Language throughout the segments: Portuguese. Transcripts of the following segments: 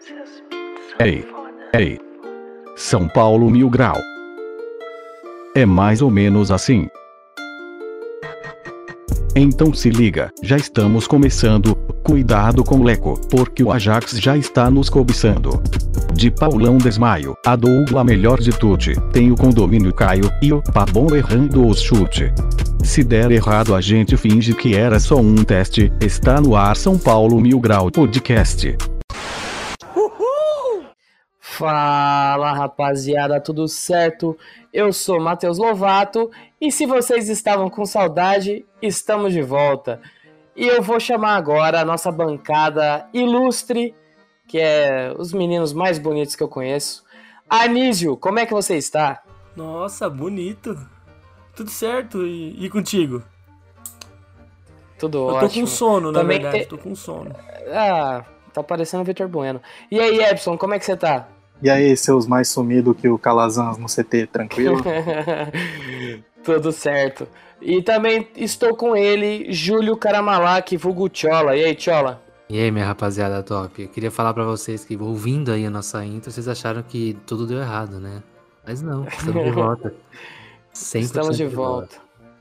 Ei, ei. São Paulo Mil Grau. É mais ou menos assim. Então se liga, já estamos começando. Cuidado com o Leco, porque o Ajax já está nos cobiçando. De Paulão Desmaio, a Dougla melhor de tudo, tem o condomínio Caio, e o Pabon errando os chute. Se der errado a gente finge que era só um teste. Está no ar São Paulo Mil Grau Podcast. Uhul! Fala rapaziada, tudo certo? Eu sou Matheus Lovato e se vocês estavam com saudade, estamos de volta. E eu vou chamar agora a nossa bancada ilustre, que é os meninos mais bonitos que eu conheço. Anísio, como é que você está? Nossa, bonito. Tudo certo, e contigo? Tudo ótimo. Eu tô com sono, na verdade, tô com sono. Ah, tá parecendo o Vitor Bueno. E aí, Epson, como é que você tá? E aí, seus mais sumidos que o Calazans no CT, tranquilo? Tudo certo. E também estou com ele, Júlio Caramalak, vulgo Tchola. E aí, Tchola? E aí, minha rapaziada top. Eu queria falar pra vocês que, ouvindo aí a nossa intro, vocês acharam que tudo deu errado, né? Mas não, estamos de volta. Estamos de volta.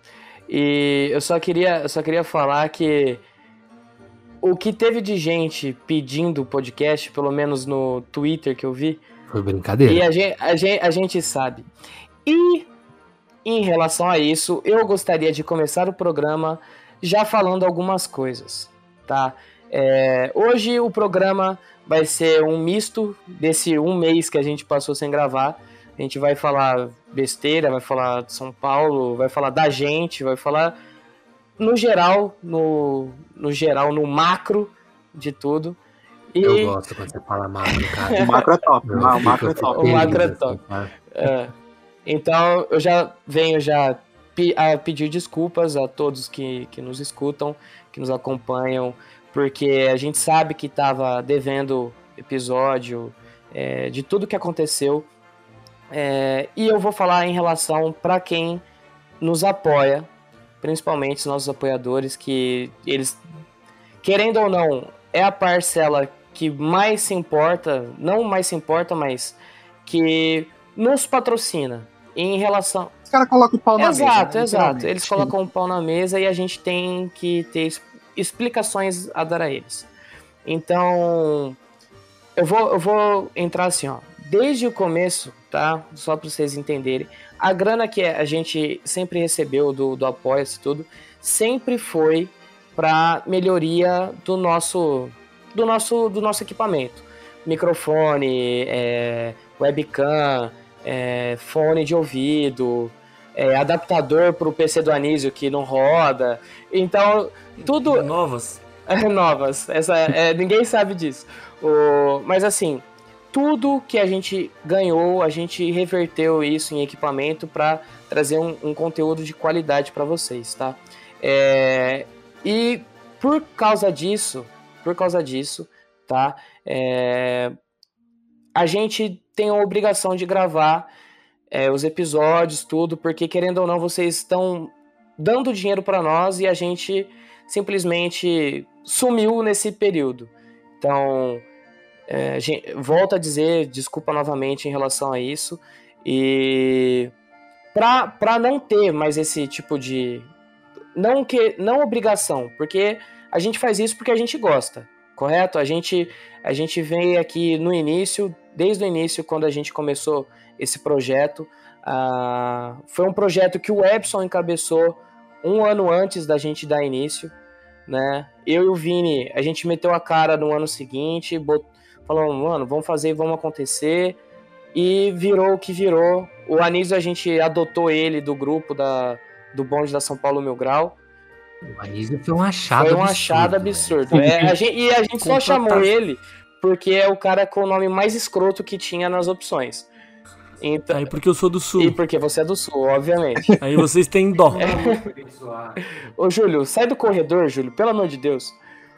E eu só queria falar que o que teve de gente pedindo o podcast, pelo menos no Twitter que eu vi... Foi brincadeira. E a gente sabe. E... em relação a isso, eu gostaria de começar o programa já falando algumas coisas, tá? Hoje o programa vai ser um misto desse um mês que a gente passou sem gravar. A gente vai falar besteira, vai falar de São Paulo, vai falar da gente, vai falar no geral, no macro de tudo. E... eu gosto quando você fala macro, cara. O macro é top. O macro é top. O macro é top. Então, eu já venho a pedir desculpas a todos que nos escutam, que nos acompanham, porque a gente sabe que estava devendo episódio de tudo que aconteceu. E eu vou falar em relação para quem nos apoia, principalmente os nossos apoiadores, que eles, querendo ou não, é a parcela que mais se importa, não mais se importa, mas que nos patrocina. Em relação... os caras colocam o pau na mesa. Exato. Eles colocam o pau na mesa e a gente tem que ter explicações a dar a eles. Então, eu vou entrar assim, ó. Desde o começo, tá? Só para vocês entenderem. A grana que a gente sempre recebeu do Apoia-se e tudo, sempre foi para melhoria do nosso equipamento. Microfone, webcam, fone de ouvido, adaptador para o PC do Anísio que não roda. Então, tudo... novas. Ninguém sabe disso. Mas assim, tudo que a gente ganhou, a gente reverteu isso em equipamento para trazer um conteúdo de qualidade para vocês, tá? E por causa disso, tá? A gente tem a obrigação de gravar os episódios, tudo, porque querendo ou não, vocês estão dando dinheiro para nós e a gente simplesmente sumiu nesse período. Então, volto a dizer, desculpa novamente em relação a isso, e para não ter mais esse tipo de... não obrigação, porque a gente faz isso porque a gente gosta, correto? A gente veio aqui no início, desde o início, quando a gente começou esse projeto. Foi um projeto que o Epson encabeçou um ano antes da gente dar início, né? Eu e o Vini, a gente meteu a cara no ano seguinte, falou, mano, vamos fazer, vamos acontecer, e virou o que virou. O Anísio, a gente adotou ele do grupo do bonde da São Paulo Mil Grau. O Anísio foi um achado absurdo. A gente só chamou ele porque é o cara com o nome mais escroto que tinha nas opções. Então, aí porque eu sou do Sul. E porque você é do Sul, obviamente. Aí vocês têm dó. Ô, Júlio, sai do corredor, Júlio, pelo amor de Deus.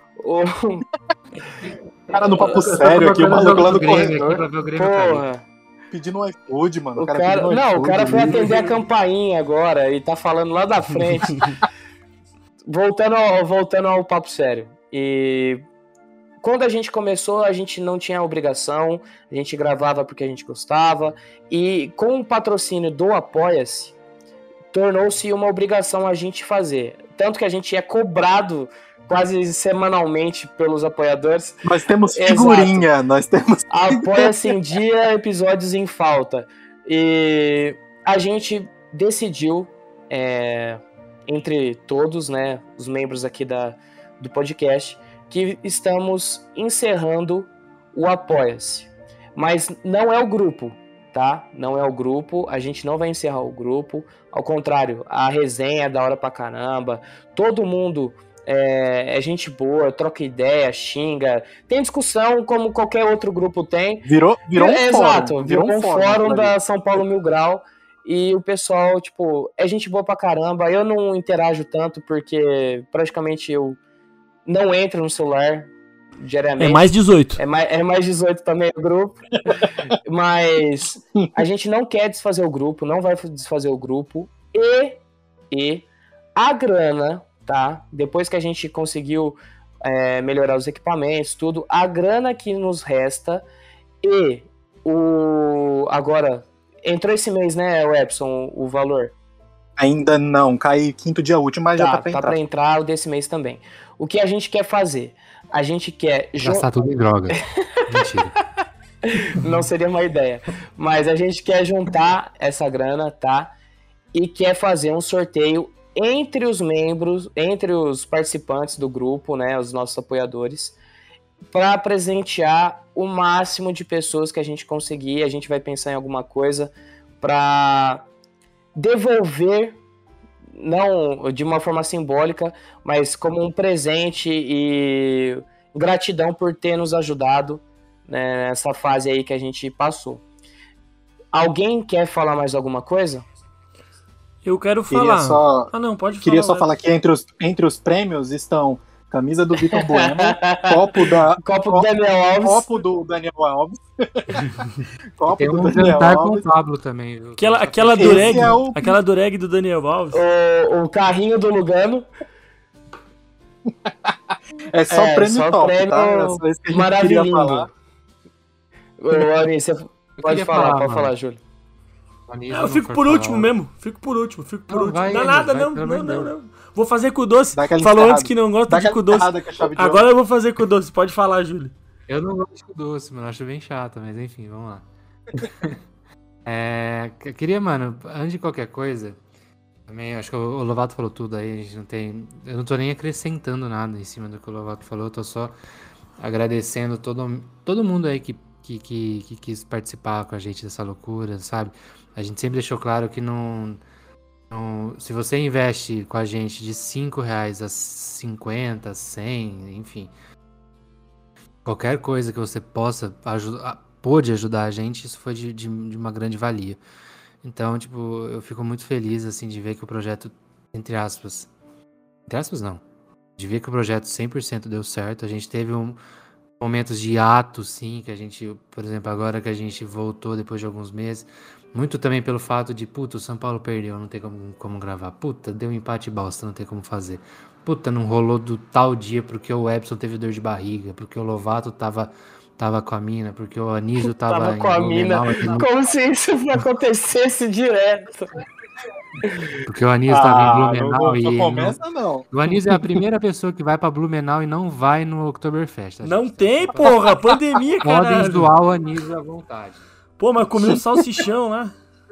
Cara, no papo sério aqui, o maluco lá do corredor. Porra. Pedindo um iFood, mano. O cara foi atender a campainha agora e tá falando lá da frente. Voltando ao papo sério. E quando a gente começou, a gente não tinha obrigação, a gente gravava porque a gente gostava, e com o patrocínio do Apoia-se, tornou-se uma obrigação a gente fazer. Tanto que a gente é cobrado quase semanalmente pelos apoiadores. Nós temos figurinha, Exato. nós temos... Apoia-se em dia, episódios em falta. E a gente decidiu, entre todos, né, os membros aqui do podcast, que estamos encerrando o Apoia-se. Mas não é o grupo, tá? Não é o grupo, a gente não vai encerrar o grupo. Ao contrário, a resenha é da hora pra caramba. Todo mundo é gente boa, troca ideia, xinga. Tem discussão como qualquer outro grupo tem. Virou um fórum. Exato, virou um fórum da São Paulo Mil Grau. E o pessoal, tipo, é gente boa pra caramba. Eu não interajo tanto porque praticamente eu não entro no celular diariamente. É mais 18. É mais 18 também o grupo. Mas a gente não quer desfazer o grupo, não vai desfazer o grupo. E a grana, tá? Depois que a gente conseguiu melhorar os equipamentos, tudo, a grana que nos resta e agora, entrou esse mês, né, Epson, o valor? Ainda não, cai quinto dia útil, mas já tá pra entrar. Tá pra entrar o desse mês também. O que a gente quer fazer? A gente quer... Gastar tudo em droga. Mentira. Não seria uma ideia. Mas a gente quer juntar essa grana, tá? E quer fazer um sorteio entre os membros, entre os participantes do grupo, né, os nossos apoiadores, para presentear o máximo de pessoas que a gente conseguir. A gente vai pensar em alguma coisa para devolver, não de uma forma simbólica, mas como um presente e gratidão por ter nos ajudado, né, nessa fase aí que a gente passou. Alguém quer falar mais alguma coisa? Eu quero falar. Não, pode falar. Queria só falar que entre os prêmios estão camisa do Vitor Bueno, copo do Daniel Alves. Copo do Daniel Alves. Copo do Daniel Alves. Com o Pablo também. Aquela dureg do Daniel Alves. O carrinho do Lugano. É só prêmio top, prêmio tá? Maravilhoso. Você pode falar, Júlio. Eu fico por último mesmo. Fico por último. Não dá nada, não. Vou fazer com o doce. Falou antes que não gosta de com doce. Agora eu vou fazer com o doce. Pode falar, Júlio. Eu não gosto de com doce, mano. Acho bem chato, mas enfim, vamos lá. Eu queria, mano, antes de qualquer coisa, também acho que o Lovato falou tudo aí. A gente não tem. Eu não tô nem acrescentando nada em cima do que o Lovato falou. Eu tô só agradecendo todo mundo aí que quis participar com a gente dessa loucura, sabe? A gente sempre deixou claro que não se você investe com a gente de R$5 a 50, 100, enfim, qualquer coisa que você pôde ajudar a gente, isso foi de uma grande valia. Então, tipo, eu fico muito feliz, assim, de ver que o projeto, entre aspas não, de ver que o projeto 100% deu certo. A gente teve momentos de ato, sim, que a gente, por exemplo, agora que a gente voltou depois de alguns meses, muito também pelo fato de, puta, o São Paulo perdeu, não tem como gravar. Puta, deu um empate bosta, não tem como fazer. Puta, não rolou do tal dia porque o Epson teve dor de barriga, porque o Lovato tava com a mina, porque o Anísio tava com a mina, como se isso acontecesse direto. Porque o Anísio tava em Blumenau não começa, não. O Anísio é a primeira pessoa que vai pra Blumenau e não vai no Oktoberfest. Não tem, porra, pandemia, cara. Podem zoar o Anísio à vontade. Pô, mas comi um salsichão lá.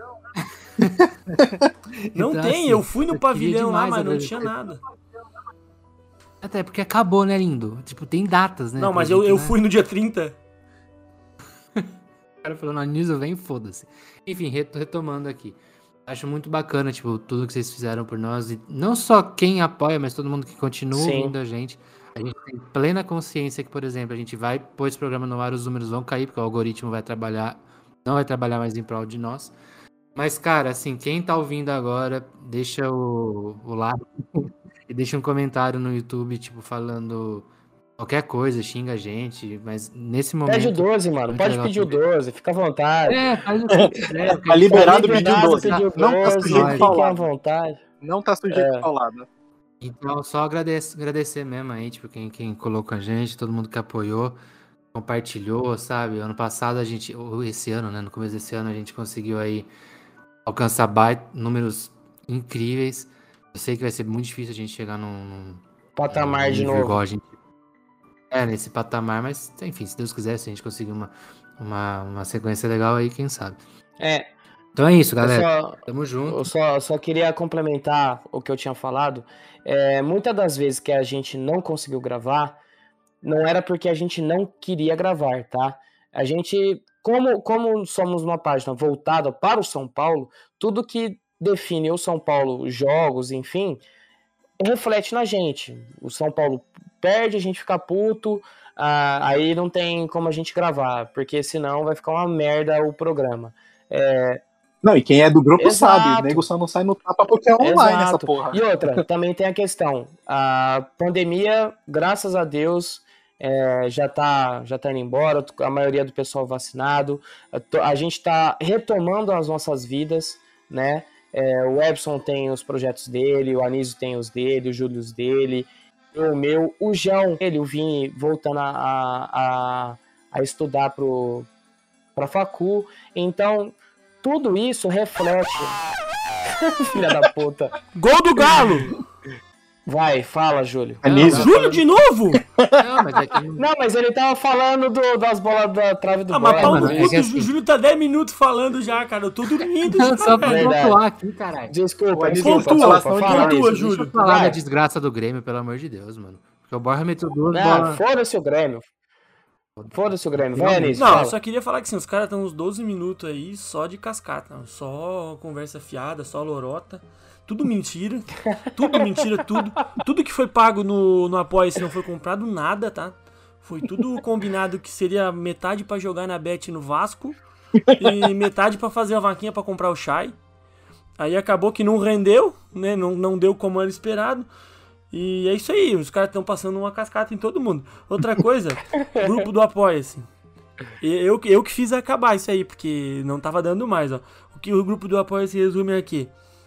Não então, tem, assim, eu fui no pavilhão lá, mas não tinha nada. Até porque acabou, né, lindo? Tipo, tem datas, né? Não, mas eu fui no dia 30. O cara falou, no Anísio vem, foda-se. Enfim, retomando aqui. Acho muito bacana, tipo, tudo que vocês fizeram por nós. E não só quem apoia, mas todo mundo que continua ouvindo a gente. A gente tem plena consciência que, por exemplo, a gente vai pôr esse programa no ar, os números vão cair, porque o algoritmo não vai trabalhar mais em prol de nós. Mas, cara, assim, quem tá ouvindo agora, deixa o like e deixa um comentário no YouTube, tipo, falando qualquer coisa, xinga a gente, mas nesse momento... Pede o 12, mano, pode pedir o 12, fica à vontade. Faz o que tá liberado pedir o 12. Não tá sujeito fiquem à vontade. Não tá sujeito a falar, né? Então, só agradecer mesmo aí, tipo, quem colocou a gente, todo mundo que apoiou, compartilhou, sabe? Ano passado ou esse ano, né? No começo desse ano a gente conseguiu aí alcançar números incríveis. Eu sei que vai ser muito difícil a gente chegar num patamar de novo. Igual a gente nesse patamar, mas enfim, se Deus quiser, se a gente conseguir uma sequência legal aí, quem sabe. Então é isso, galera. Tamo junto. Eu só queria complementar o que eu tinha falado. Muitas das vezes que a gente não conseguiu gravar, não era porque a gente não queria gravar, tá? A gente, como somos uma página voltada para o São Paulo, tudo que define o São Paulo, jogos, enfim, reflete na gente. O São Paulo perde, a gente fica puto, aí não tem como a gente gravar, porque senão vai ficar uma merda o programa. Não, e quem é do grupo sabe, o nego só não sai no tapa porque é online essa porra. E outra, também tem a questão, a pandemia, graças a Deus, já tá indo embora, a maioria do pessoal vacinado, a gente tá retomando as nossas vidas, né? O Epson tem os projetos dele, o Anísio tem os dele, o Júlio os dele, o meu, o João, o Vini voltando a estudar pra facu, então tudo isso reflete. Filha da puta. Gol do Galo! Vai, fala, Júlio. Júlio de novo? Não, mas ele tava falando das bolas da trave do mas o Júlio tá 10 minutos falando já, cara. Eu tô dormindo. Só pra pontuar aqui, caralho. Desculpa. Pontua, Júlio. Deixa eu falar da desgraça do Grêmio, pelo amor de Deus, mano. Porque o Borja meteu 2 bolas. Foda-se o Grêmio. Vai, Anísio. Não, eu só queria falar que assim, os caras estão uns 12 minutos aí só de cascata. Só conversa fiada, só lorota. Tudo mentira. Tudo que foi pago no Apoia-se não foi comprado nada, tá? Foi tudo combinado que seria metade pra jogar na Bet no Vasco e metade pra fazer a vaquinha pra comprar o Chay. Aí acabou que não rendeu, né? Não deu como era esperado. E é isso aí, os caras estão passando uma cascata em todo mundo. Outra coisa, grupo do Apoia-se. Eu que fiz acabar isso aí, porque não tava dando mais, ó. O que o grupo do Apoia-se resume aqui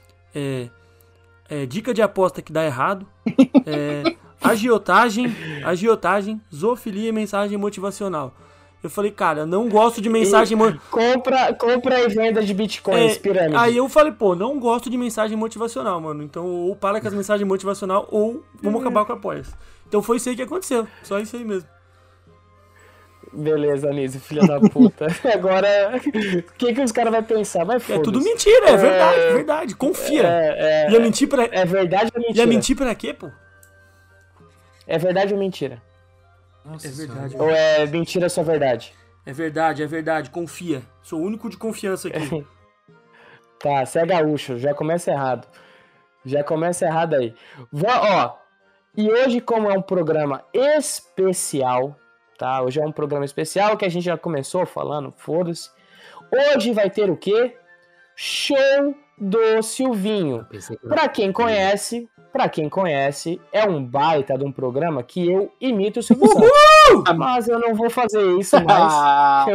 dica de aposta que dá errado, agiotagem, zoofilia e mensagem motivacional. Eu falei, cara, não gosto de mensagem... Compra e venda de bitcoins, pirâmide. Aí eu falei, não gosto de mensagem motivacional, mano. Então, ou para com as mensagens motivacional, ou vamos acabar com o Apoia-se. Então foi isso aí que aconteceu. Só isso aí mesmo. Beleza, Anísio, filha da puta. Agora, o que os caras vão pensar? Mas é tudo mentira, é verdade. Confia. Ia mentir pra... É verdade ou mentira? Ia mentir pra quê, pô? É verdade ou mentira? Nossa, é verdade. Ou é mentira só verdade? É verdade. Confia. Sou o único de confiança aqui. Tá, você é gaúcho. Já começa errado aí. E hoje, como é um programa especial, tá? Hoje é um programa especial que a gente já começou falando, foda-se. Hoje vai ter o quê? Show do Silvinho. Pra quem conhece, é um baita de um programa que eu imito o Silvio Santos. Mas eu não vou fazer isso mais.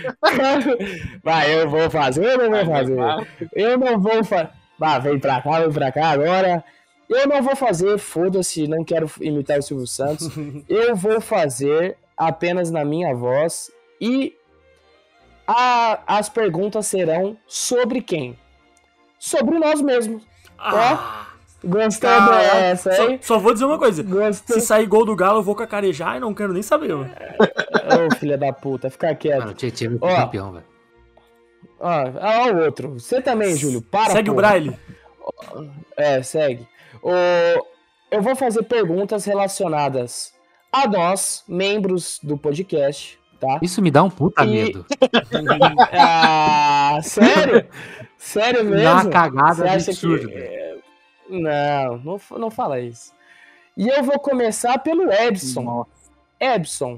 Eu vou fazer. Eu não vou fazer. Vem pra cá agora. Eu não vou fazer, foda-se, não quero imitar o Silvio Santos. Eu vou fazer apenas na minha voz e as perguntas serão sobre quem? Sobre nós mesmos. Gostou dessa, hein? Só vou dizer uma coisa. Se sair gol do Galo, eu vou cacarejar e não quero nem saber, mano. Ô, filha da puta, fica quieto. Mano, o Tietchan é campeão, velho. Ó, o outro. Você também, Júlio. Segue o Braille. Segue. Eu vou fazer perguntas relacionadas a nós, membros do podcast, tá? Isso me dá um puta medo. Sério? Sério mesmo? Dá uma cagada absurda. Não fala isso. E eu vou começar pelo Ebson. Ebson,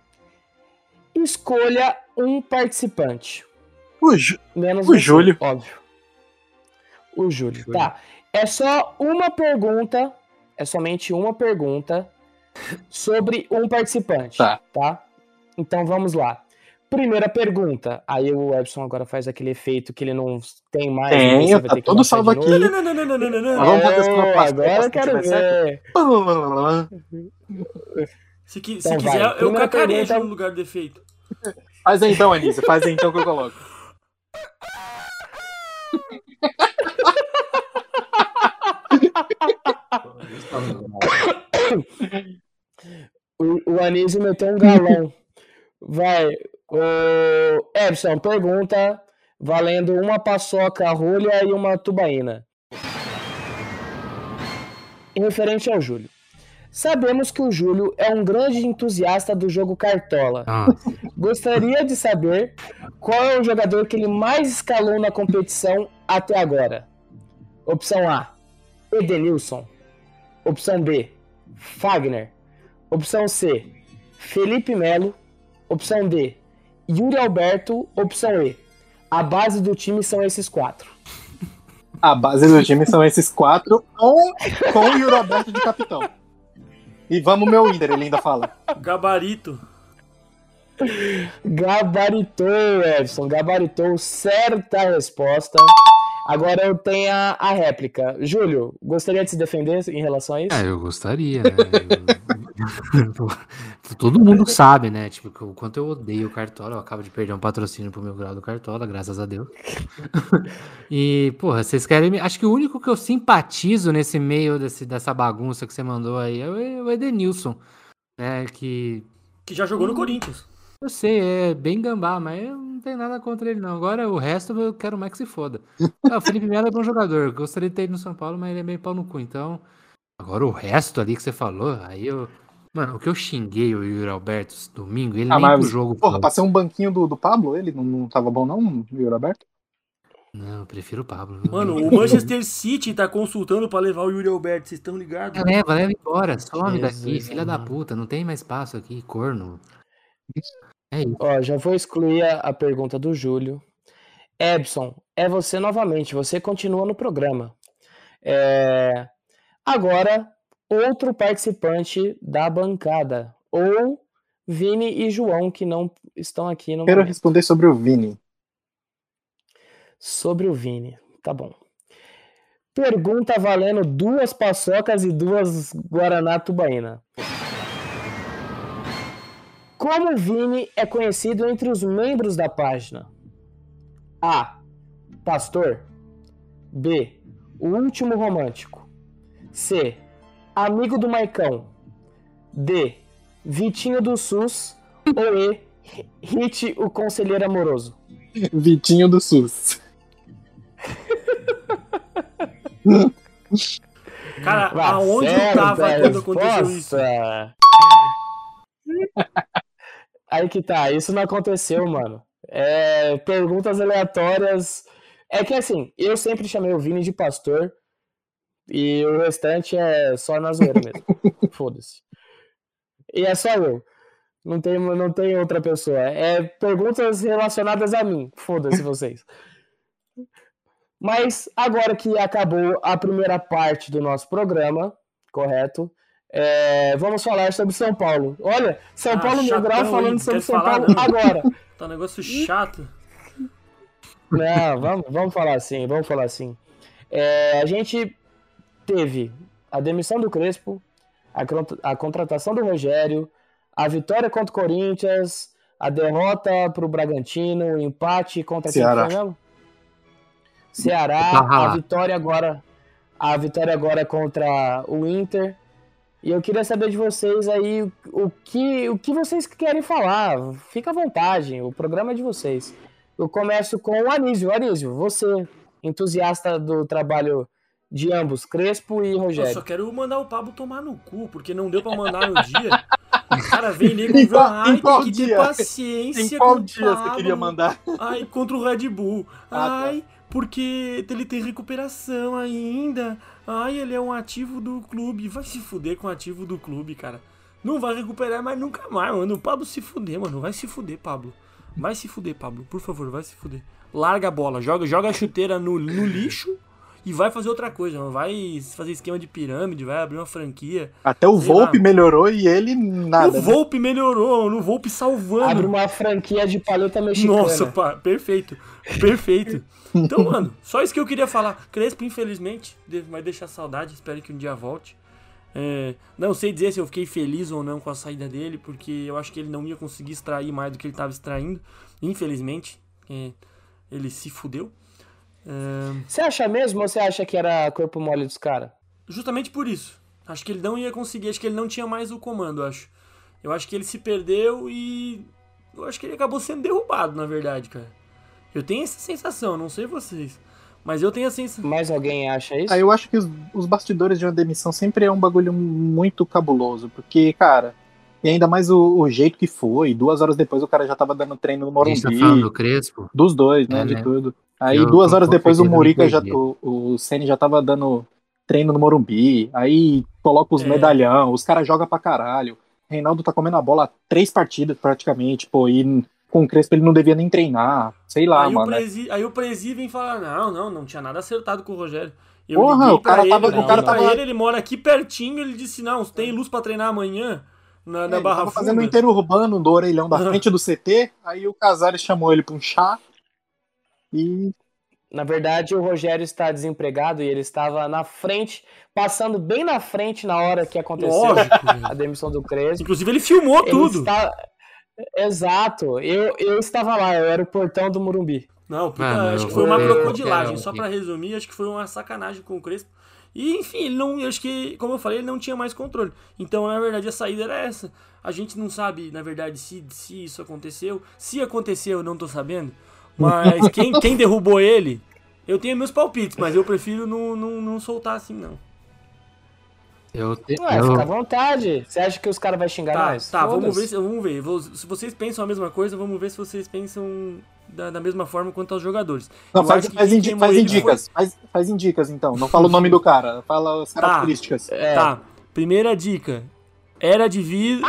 escolha um participante. O Júlio. Óbvio. O Júlio. Tá. É só uma pergunta. É somente uma pergunta sobre um participante. Tá? Então vamos lá. Primeira pergunta. Aí o Epson agora faz aquele efeito que ele não tem mais. Tem, tá todo salvo aqui. Não. Vamos fazer isso na próxima. Agora eu quero ver. Se quiser, eu cacarejo no lugar do efeito. Faz aí então, Anísio. Faz aí então que eu coloco. O Anísio meteu um galão. Vai. O Epson, pergunta valendo uma paçoca rolha e uma tubaína. Referente ao Júlio. Sabemos que o Júlio é um grande entusiasta do jogo Cartola. Gostaria de saber qual é o jogador que ele mais escalou na competição até agora. Opção A, Edenilson. Opção B, Fagner. Opção C, Felipe Melo. Opção D, Yuri Alberto. Opção E, a base do time são esses 4. A base do time são esses 4 com o Yuri Alberto de capitão. E vamos meu Inter, ele ainda fala. Gabarito. Gabaritou, Edson. Gabaritou. Certa resposta. Agora eu tenho a réplica. Júlio, gostaria de se defender em relação a isso? Eu gostaria, né? Todo mundo sabe, né? Tipo, o quanto eu odeio o Cartola. Eu acabo de perder um patrocínio pro meu grau do Cartola, graças a Deus. E, porra, vocês querem... Acho que o único que eu simpatizo nesse meio dessa bagunça que você mandou aí é o Edenilson, né? Que já jogou no Corinthians. Eu sei, é bem gambá, mas eu não tenho nada contra ele, não. Agora, o resto eu quero mais que se foda. O Felipe Melo é bom jogador. Gostaria de ter ido no São Paulo, mas ele é meio pau no cu. Então, agora o resto ali que você falou, aí eu... Mano, o que eu xinguei o Yuri Alberto domingo, ele nem pro jogo... Porra, passei um banquinho do Pablo, ele não tava bom não, o Yuri Alberto? Não, eu prefiro o Pablo. Mano, o Manchester City tá consultando pra levar o Yuri Alberto, vocês estão ligados? Leva embora, some daqui, filha da puta, não tem mais espaço aqui, corno. É isso. Ó, já vou excluir a pergunta do Júlio. Ebson, é você novamente, você continua no programa. Agora, outro participante da bancada, ou Vini e João, que não estão aqui no Quero momento. responder sobre o Vini. Sobre o Vini, tá bom. Pergunta valendo 2 paçocas e 2 Guaraná Tubaína. Como o Vini é conhecido entre os membros da página? A. Pastor. B. O último romântico. C. Amigo do Maicão. D. Vitinho do SUS. Ou E. Hit, o conselheiro amoroso. Vitinho do SUS. Cara, aonde eu tava quando aconteceu isso? Aí que tá, isso não aconteceu, mano. Perguntas aleatórias. É que assim, eu sempre chamei o Vini de pastor e o restante é só na zoeira mesmo. Foda-se. E é só eu. Não tem outra pessoa. Perguntas relacionadas a mim. Foda-se vocês. Mas agora que acabou a primeira parte do nosso programa, correto? Vamos falar sobre São Paulo. Olha, São Paulo Mil Grau falando sobre São Paulo agora. Tá um negócio chato. Não, vamos falar assim, a gente teve a demissão do Crespo, a contratação do Rogério, a vitória contra o Corinthians, a derrota pro Bragantino, o empate contra Ceará. Quem foi mesmo? Ceará, a vitória agora contra o Inter. E eu queria saber de vocês aí o que vocês querem falar. Fica à vontade, o programa é de vocês. Eu começo com o Anísio. Anísio, você, entusiasta do trabalho de ambos, Crespo e Rogério. Eu só quero mandar o Pablo tomar no cu, porque não deu pra mandar no dia. O cara vem nego e tem que ter paciência. Em qual dia você queria mandar? Ai, contra o Red Bull. Ai, porque ele tem recuperação ainda. Ai, ele é um ativo do clube. Vai se fuder com o ativo do clube, cara. Não vai recuperar mais nunca mais, mano. O Pablo se fuder, mano. Vai se fuder, Pablo. Vai se fuder, Pablo. Por favor, vai se fuder. Larga a bola. Joga a chuteira no lixo e vai fazer outra coisa, não vai fazer esquema de pirâmide, vai abrir uma franquia. Até o Volpe melhorou e ele nada. O Volpe melhorou, o Volpe salvando. Abre uma franquia de paleta mexicana. Nossa, pá, perfeito. Então, mano, só isso que eu queria falar. Crespo, infelizmente, vai deixar saudade, espero que um dia volte. Não sei dizer se eu fiquei feliz ou não com a saída dele, porque eu acho que ele não ia conseguir extrair mais do que ele estava extraindo. Infelizmente, ele se fudeu. Você acha mesmo ou você acha que era corpo mole dos caras? Justamente por isso. Acho que ele não ia conseguir, acho que ele não tinha mais o comando, acho. Eu acho que ele se perdeu e eu acho que ele acabou sendo derrubado, na verdade, cara. Eu tenho essa sensação, não sei vocês. Mas eu tenho a sensação. Mais alguém acha isso? Eu acho que os bastidores de uma demissão sempre é um bagulho muito cabuloso. Porque, cara, e ainda mais o jeito que foi. 2 horas depois o cara já tava dando treino no Morumbi. A gente tá falando do Crespo? Dos dois, né? De tudo. Aí 2 horas depois o Murica o Ceni já tava dando treino no Morumbi. Aí coloca os medalhão, os caras jogam pra caralho. Reinaldo tá comendo a bola 3 partidas praticamente, pô, e com o Crespo ele não devia nem treinar, sei lá, mano. Aí o Presi vem falar, não tinha nada acertado com o Rogério. O cara tava... ele mora aqui pertinho, ele disse, não, tem luz pra treinar amanhã na Barra Funda. Fazendo um interurbano do orelhão da frente do CT, aí o Casares chamou ele pra um chá e... Na verdade, o Rogério está desempregado e ele estava na frente, passando bem na frente na hora que aconteceu a demissão do Crespo. Inclusive, ele filmou tudo. Exato. Eu estava lá, eu era o portão do Morumbi. Não, acho que foi uma crocodilagem. Só pra resumir, acho que foi uma sacanagem com o Crespo. E, enfim, ele não, acho que, como eu falei, ele não tinha mais controle. Então, na verdade, a saída era essa. A gente não sabe, na verdade, se isso aconteceu. Se aconteceu, eu não tô sabendo. Mas quem derrubou ele, eu tenho meus palpites, mas eu prefiro não soltar assim, não. Fica à vontade. Você acha que os caras vão xingar nós? Tá, vamos ver. Se vocês pensam a mesma coisa, vamos ver se vocês pensam da mesma forma quanto aos jogadores. Não, faz indicas, então. Não fala o nome do cara, fala as características. Tá, primeira dica. Era de vidro...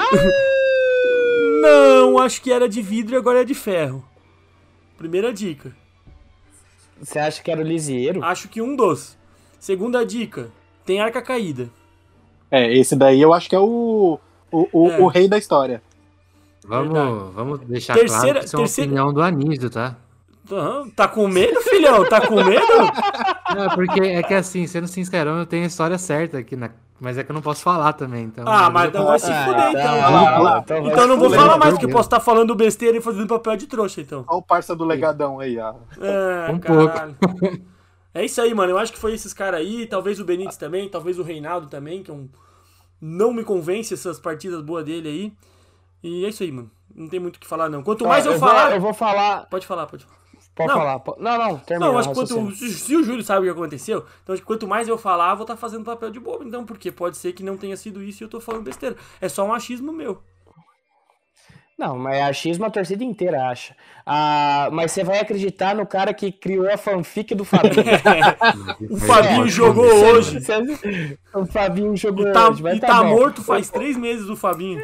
Não, acho que era de vidro e agora é de ferro. Primeira dica. Você acha que era o Lisieiro? Acho que um dos. Segunda dica. Tem arca caída. Esse daí eu acho que é o rei da história. Vamos deixar claro que isso é uma opinião do Anísio, tá? Tá com medo, filhão? Tá com medo? Não, porque é que assim, sendo sincerão, eu tenho a história certa aqui, mas é que eu não posso falar também, então... mas então vai se fuder, então. Então não vou falar mais, porque eu posso estar falando besteira e fazendo papel de trouxa, então. Olha o parça do Legadão aí, ó. Pouco. É isso aí, mano. Eu acho que foi esses caras aí, talvez o Benítez também, talvez o Reinaldo também, que não me convence essas partidas boas dele aí. E é isso aí, mano. Não tem muito o que falar, não. Quanto mais eu falar... Eu vou falar... Pode falar. Pode falar. Não, termina. Não, acho que se o Júlio sabe o que aconteceu, então acho que quanto mais eu falar, eu vou estar fazendo papel de bobo. Então, porque pode ser que não tenha sido isso e eu tô falando besteira. É só um achismo meu. Não, mas achismo a torcida inteira acha. Mas você vai acreditar no cara que criou a fanfic do Fabinho. O Fabinho jogou hoje. O Fabinho jogou hoje. E tá morto faz 3 meses o Fabinho.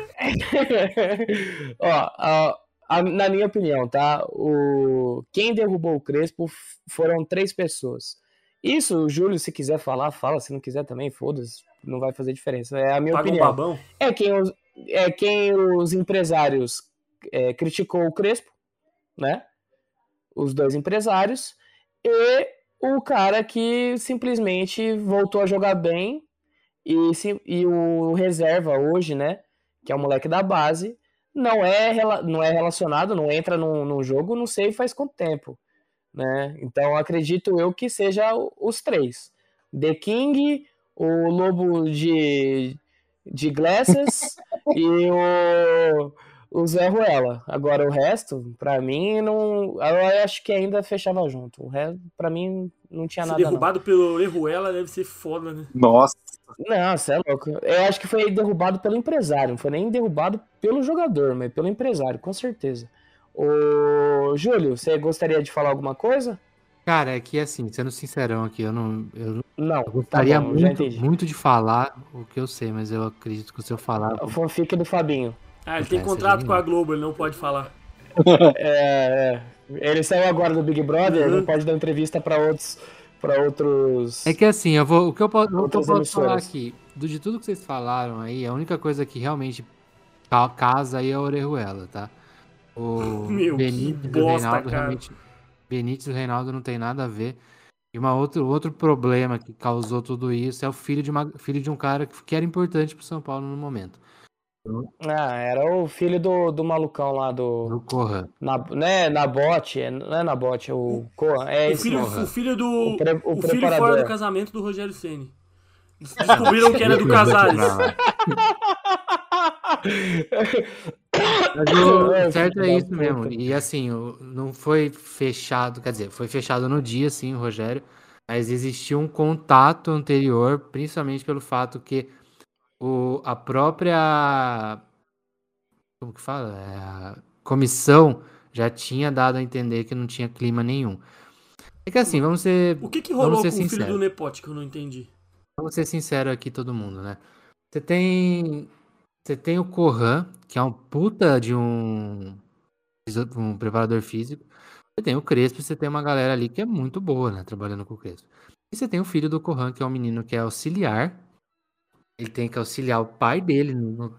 Na minha opinião, tá? Quem derrubou o Crespo foram 3 pessoas. Isso, o Júlio, se quiser falar, fala. Se não quiser também, foda-se. Não vai fazer diferença. É a minha opinião. Babão. É quem os empresários criticou o Crespo, né? Os 2 empresários. E o cara que simplesmente voltou a jogar bem. E o reserva hoje, né? Que é o moleque da base. Não é relacionado, não entra no jogo, não sei faz quanto tempo, né? Então acredito eu que seja os 3. The King, o Lobo de Glasses e o Zé Ruela. Agora o resto, pra mim, não. Eu acho que ainda fechava junto. O resto, pra mim, não tinha nada. Derrubado pelo Erruela deve ser foda, né? Nossa. Não, você é louco. Eu acho que foi derrubado pelo empresário. Não foi nem derrubado pelo jogador, mas pelo empresário, com certeza. Ô, Júlio, você gostaria de falar alguma coisa? Cara, é que assim, sendo sincerão aqui, eu gostaria muito de falar o que eu sei, mas eu acredito que se eu falar... O fanfic do Fabinho. Ele tem contrato com a Globo, ele não pode falar. Ele saiu agora do Big Brother, não pode dar entrevista para para outros. É que assim, o que eu posso Outras falar emissoras. aqui, de tudo que vocês falaram aí, a única coisa que realmente casa aí é a Orejuela, tá? O Meu, que Benítez e o bosta, Reinaldo cara. realmente. Benítez e o Reinaldo não tem nada a ver. E outro problema que causou tudo isso é o filho de um cara que era importante pro São Paulo no momento. Ah, era o filho do malucão lá Do Corran. né, na bote, não é na bote, é o Coan, é O esse filho, mesmo. o filho do. O O, filho preparador. fora do casamento do Rogério Ceni. Descobriram que era do Casares. Mas o Ai, certo filho é da isso mesmo. puta. E assim, não foi fechado, quer dizer, foi fechado no dia, sim, o Rogério, mas existiu um contato anterior, principalmente pelo fato que a própria, como que fala? A comissão já tinha dado a entender que não tinha clima nenhum. É que assim, vamos ser O que rolou com o filho do sinceros. Nepote que eu não entendi? Vamos ser sinceros aqui, todo mundo, né? Você tem o Corran, que é um puta de um preparador físico. Você tem o Crespo, você tem uma galera ali que é muito boa, né? Trabalhando com o Crespo. E você tem o filho do Corran, que é um menino que é auxiliar. Ele tem que auxiliar o pai dele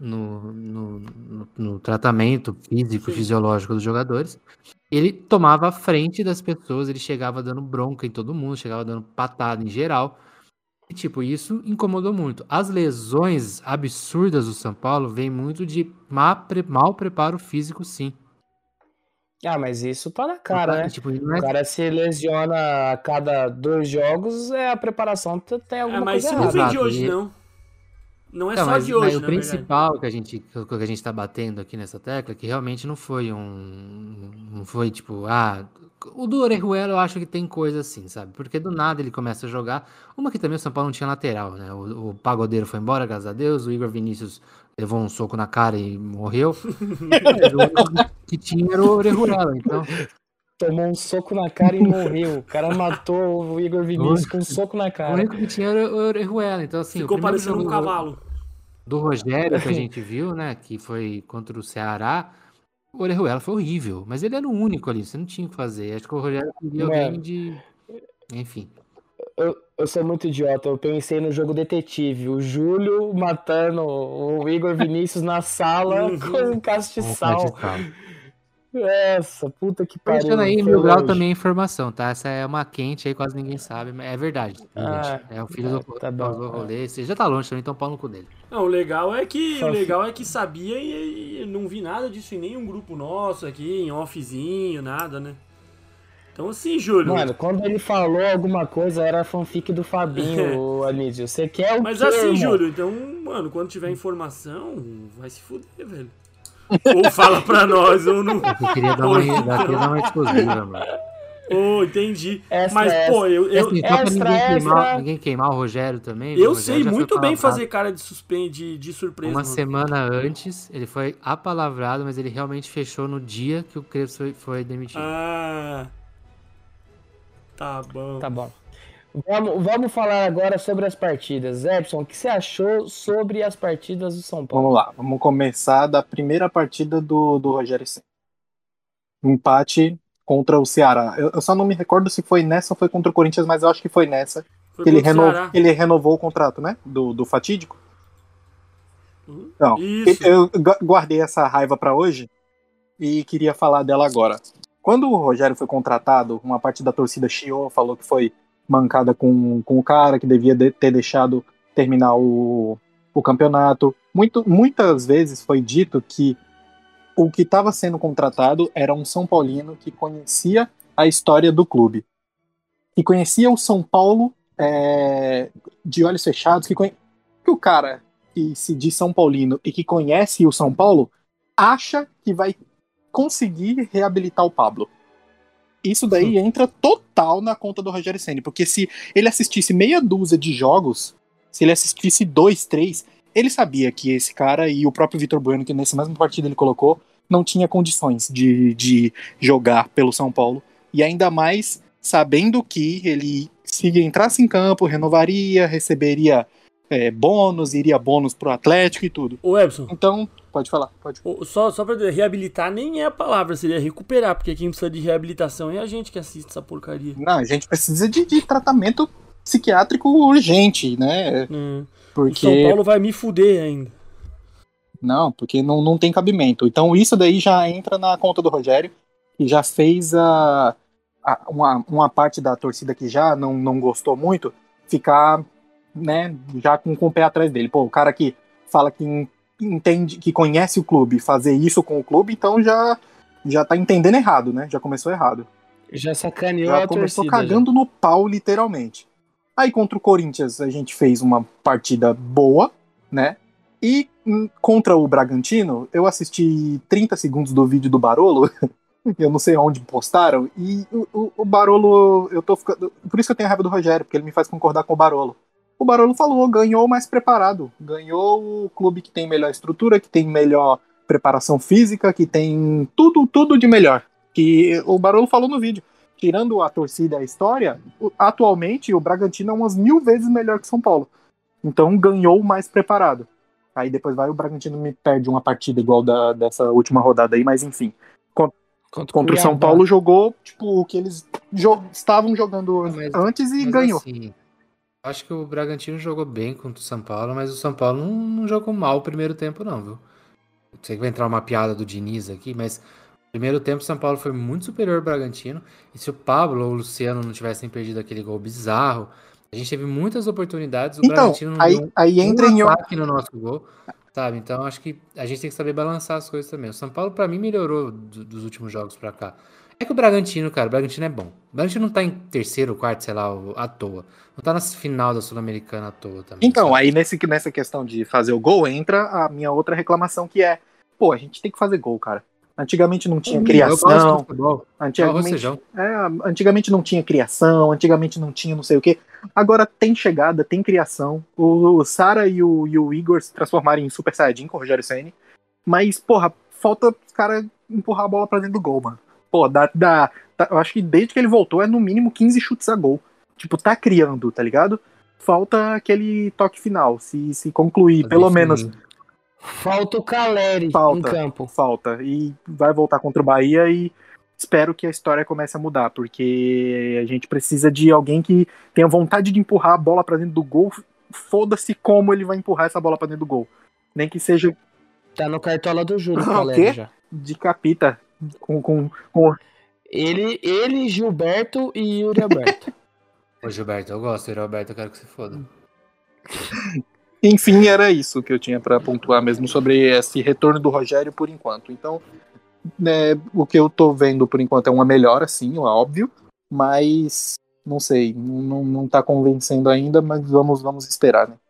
no tratamento físico, Sim. fisiológico dos jogadores. Ele tomava a frente das pessoas, ele chegava dando bronca em todo mundo, chegava dando patada em geral. E, tipo, isso incomodou muito. As lesões absurdas do São Paulo vêm muito de mau preparo físico, sim. Ah, mas isso tá na cara, né? Tipo, não O é cara se lesiona a cada 2 jogos, a preparação tem alguma mas coisa isso não errada. vem de Exato, hoje, não. Não é Não, só de hoje, o na verdade. principal que a gente tá batendo aqui nessa tecla é que realmente não foi não foi tipo, o do Orejuela eu acho que tem coisa assim, sabe? Porque do nada ele começa a jogar. Uma que também o São Paulo não tinha lateral, né? O Pagodeiro foi embora, graças a Deus. O Igor Vinícius levou um soco na cara e morreu. Mas o único que tinha era o Orejuela, então. Tomou um soco na cara e morreu. O cara matou o Igor Vinícius com um soco na O cara. único que tinha era o Orejuela. Então, assim, Ficou o primeiro parecendo jogo um cavalo. do Rogério que a gente viu, né? Que foi contra o Ceará. O Orejuela foi horrível, mas ele era o único ali, você não tinha o que fazer. Acho que o Rogério queria alguém Mano, de. Enfim. eu sou muito idiota. Eu pensei no jogo detetive. O Júlio matando o Igor Vinícius na sala com um castiçal. Essa, puta que Deixando pariu. aí, Foi Mil Grau longe. também é informação, tá? Essa é uma quente aí, quase ninguém sabe, mas é verdade, gente. É o filho do tá que bom. causou o rolê. Você já tá longe também, então pau no cu dele. Não, o legal é que sabia e não vi nada disso em nenhum grupo nosso aqui, em offzinho, nada, né? Então assim, Júlio. Mano, quando ele falou alguma coisa, era a fanfic do Fabinho, Anísio. Você quer o Mas quê, assim, irmão? Júlio, então, mano, quando tiver informação, vai se fuder, velho. Ou fala pra nós, ou não. Eu queria dar uma exclusiva, mano. Entendi. Extra, Mas, pô, Assim, só pra extra. ninguém queimar o Rogério também. eu o Rogério sei já foi muito bem palavrado. fazer cara de surpresa. Uma mano. semana antes, ele foi apalavrado, mas ele realmente fechou no dia que o Crespo foi demitido. Ah. Tá bom. Tá bom. Vamos falar agora sobre as partidas. Edson, o que você achou sobre as partidas do São Paulo? Vamos lá, vamos começar da primeira partida do Rogério Ceni. Empate contra o Ceará. Eu só não me recordo se foi nessa ou foi contra o Corinthians, mas eu acho que foi nessa. Foi Que contra o Ceará. ele renovou o contrato, né? Do fatídico. Então, Isso. eu guardei essa raiva pra hoje e queria falar dela agora. Quando o Rogério foi contratado, uma parte da torcida chiou, falou que foi mancada com o cara, que devia ter deixado terminar o campeonato. Muitas vezes foi dito que o que estava sendo contratado era um São Paulino que conhecia a história do clube, que conhecia o São Paulo de olhos fechados, que o cara que se diz São Paulino e que conhece o São Paulo acha que vai conseguir reabilitar o Pablo. Isso daí entra total na conta do Rogério Ceni, porque se ele assistisse meia dúzia de jogos, se ele assistisse 2, 3, ele sabia que esse cara e o próprio Vitor Bueno, que nessa mesma partida ele colocou, não tinha condições de jogar pelo São Paulo, e ainda mais sabendo que ele, se entrasse em campo, renovaria, receberia bônus, iria bônus pro Atlético e tudo. Ô, Ebson. Então, pode falar. Só pra dizer, reabilitar nem é a palavra, seria recuperar, porque quem precisa de reabilitação é a gente que assiste essa porcaria. Não, a gente precisa de tratamento psiquiátrico urgente, né? Porque... O São Paulo vai me fuder ainda. Não, porque não tem cabimento. Então isso daí já entra na conta do Rogério, que já fez uma parte da torcida que já não gostou muito, ficar, né, já com o pé atrás dele. Pô, o cara que fala que entende, que conhece o clube, fazer isso com o clube, então já tá entendendo errado, né? Já começou errado. Já sacaneou Já a começou torcida. cagando no pau, literalmente. Aí contra o Corinthians a gente fez uma partida boa, né? E contra o Bragantino, eu assisti 30 segundos do vídeo do Barolo, eu não sei onde postaram, e o Barolo, eu tô ficando... Por isso que eu tenho raiva do Rogério, porque ele me faz concordar com o Barolo. O Barolo falou, ganhou mais preparado. Ganhou o clube que tem melhor estrutura, que tem melhor preparação física, que tem tudo de melhor. Que o Barolo falou no vídeo. Tirando a torcida e a história, atualmente o Bragantino é umas 1000 vezes melhor que o São Paulo. Então ganhou mais preparado. Aí depois o Bragantino me perde uma partida igual dessa última rodada aí, mas enfim. Contra o São Paulo jogou tipo o que eles estavam jogando antes e ganhou. Assim, acho que o Bragantino jogou bem contra o São Paulo, mas o São Paulo não jogou mal o primeiro tempo não, viu? Sei que vai entrar uma piada do Diniz aqui, mas no primeiro tempo o São Paulo foi muito superior ao Bragantino, e se o Pablo ou o Luciano não tivessem perdido aquele gol bizarro, a gente teve muitas oportunidades, o Bragantino não deu entra um ataque no nosso gol, sabe? Então acho que a gente tem que saber balançar as coisas também. O São Paulo, pra mim, melhorou dos últimos jogos pra cá. É que o Bragantino, cara, o Bragantino é bom. O Bragantino não tá em terceiro, quarto, sei lá, à toa. Não tá na final da Sul-Americana à toa também. Então, sabe? aí nessa questão de fazer o gol, entra a minha outra reclamação, que é, pô, a gente tem que fazer gol, cara. Antigamente não tinha criação. Antigamente não tinha criação, antigamente não tinha não sei o quê. Agora tem chegada, tem criação. O Sara e o Igor se transformarem em Super Saiyajin com o Rogério Ceni. Mas, porra, falta os caras empurrar a bola pra dentro do gol, mano. Pô, eu acho que desde que ele voltou é no mínimo 15 chutes a gol. Tipo, tá criando, tá ligado? Falta aquele toque final. Se concluir, pelo menos... Falta o Caleri em campo. Falta. E vai voltar contra o Bahia e espero que a história comece a mudar, porque a gente precisa de alguém que tenha vontade de empurrar a bola pra dentro do gol. Foda-se como ele vai empurrar essa bola pra dentro do gol. Nem que seja... Tá no cartola do Júlio, Caleri já. De capita. Com... Ele, Gilberto e Yuri Alberto. Ô Gilberto, eu gosto. Yuri Alberto, eu quero que você foda. Enfim, era isso que eu tinha pra pontuar mesmo sobre esse retorno do Rogério por enquanto. Então, né, o que eu tô vendo por enquanto é uma melhora, sim, é óbvio, mas não sei, não tá convencendo ainda, mas vamos esperar, né?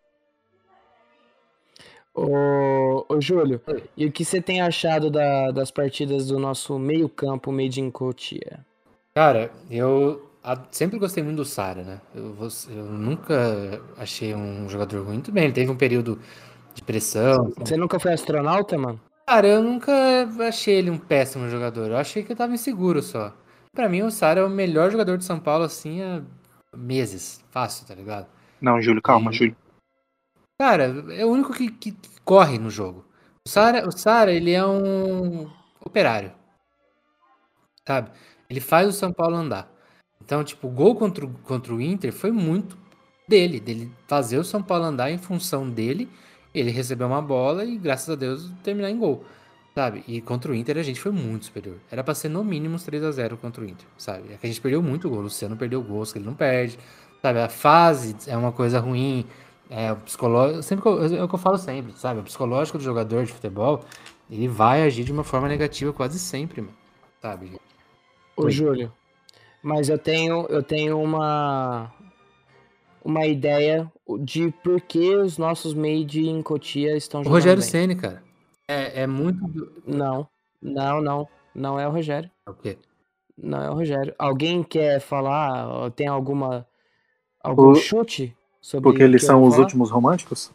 Ô Júlio, e o que você tem achado das partidas do nosso meio-campo Made in Cotia? Cara, eu sempre gostei muito do Sara, né? Eu nunca achei um jogador ruim. Muito bem, ele teve um período de pressão. Você nunca foi astronauta, mano? Cara, eu nunca achei ele um péssimo jogador. Eu achei que eu tava inseguro só. Pra mim, o Sara é o melhor jogador de São Paulo, assim, há meses. Fácil, tá ligado? Não, Júlio, calma, Júlio. Cara, é o único que corre no jogo. O Sara, ele é um operário. Sabe? Ele faz o São Paulo andar. Então, tipo, o gol contra o Inter foi muito dele fazer o São Paulo andar em função dele, ele recebeu uma bola e, graças a Deus, terminar em gol, sabe? E contra o Inter a gente foi muito superior. Era pra ser no mínimo uns 3-0 contra o Inter, sabe? É que a gente perdeu muito gol, o Luciano perdeu gols que ele não perde, sabe? A fase é uma coisa ruim, o psicológico, é o que eu falo sempre, sabe? O psicológico do jogador de futebol, ele vai agir de uma forma negativa quase sempre, mano, sabe? Ô, Júlio, mas eu tenho uma ideia de por que os nossos made in Cotia estão jogando bem. O Rogério bem. Ceni, cara. É muito... Não é o Rogério. O quê? Não é o Rogério. Alguém quer falar? Tem algum chute sobre porque eles são os últimos românticos?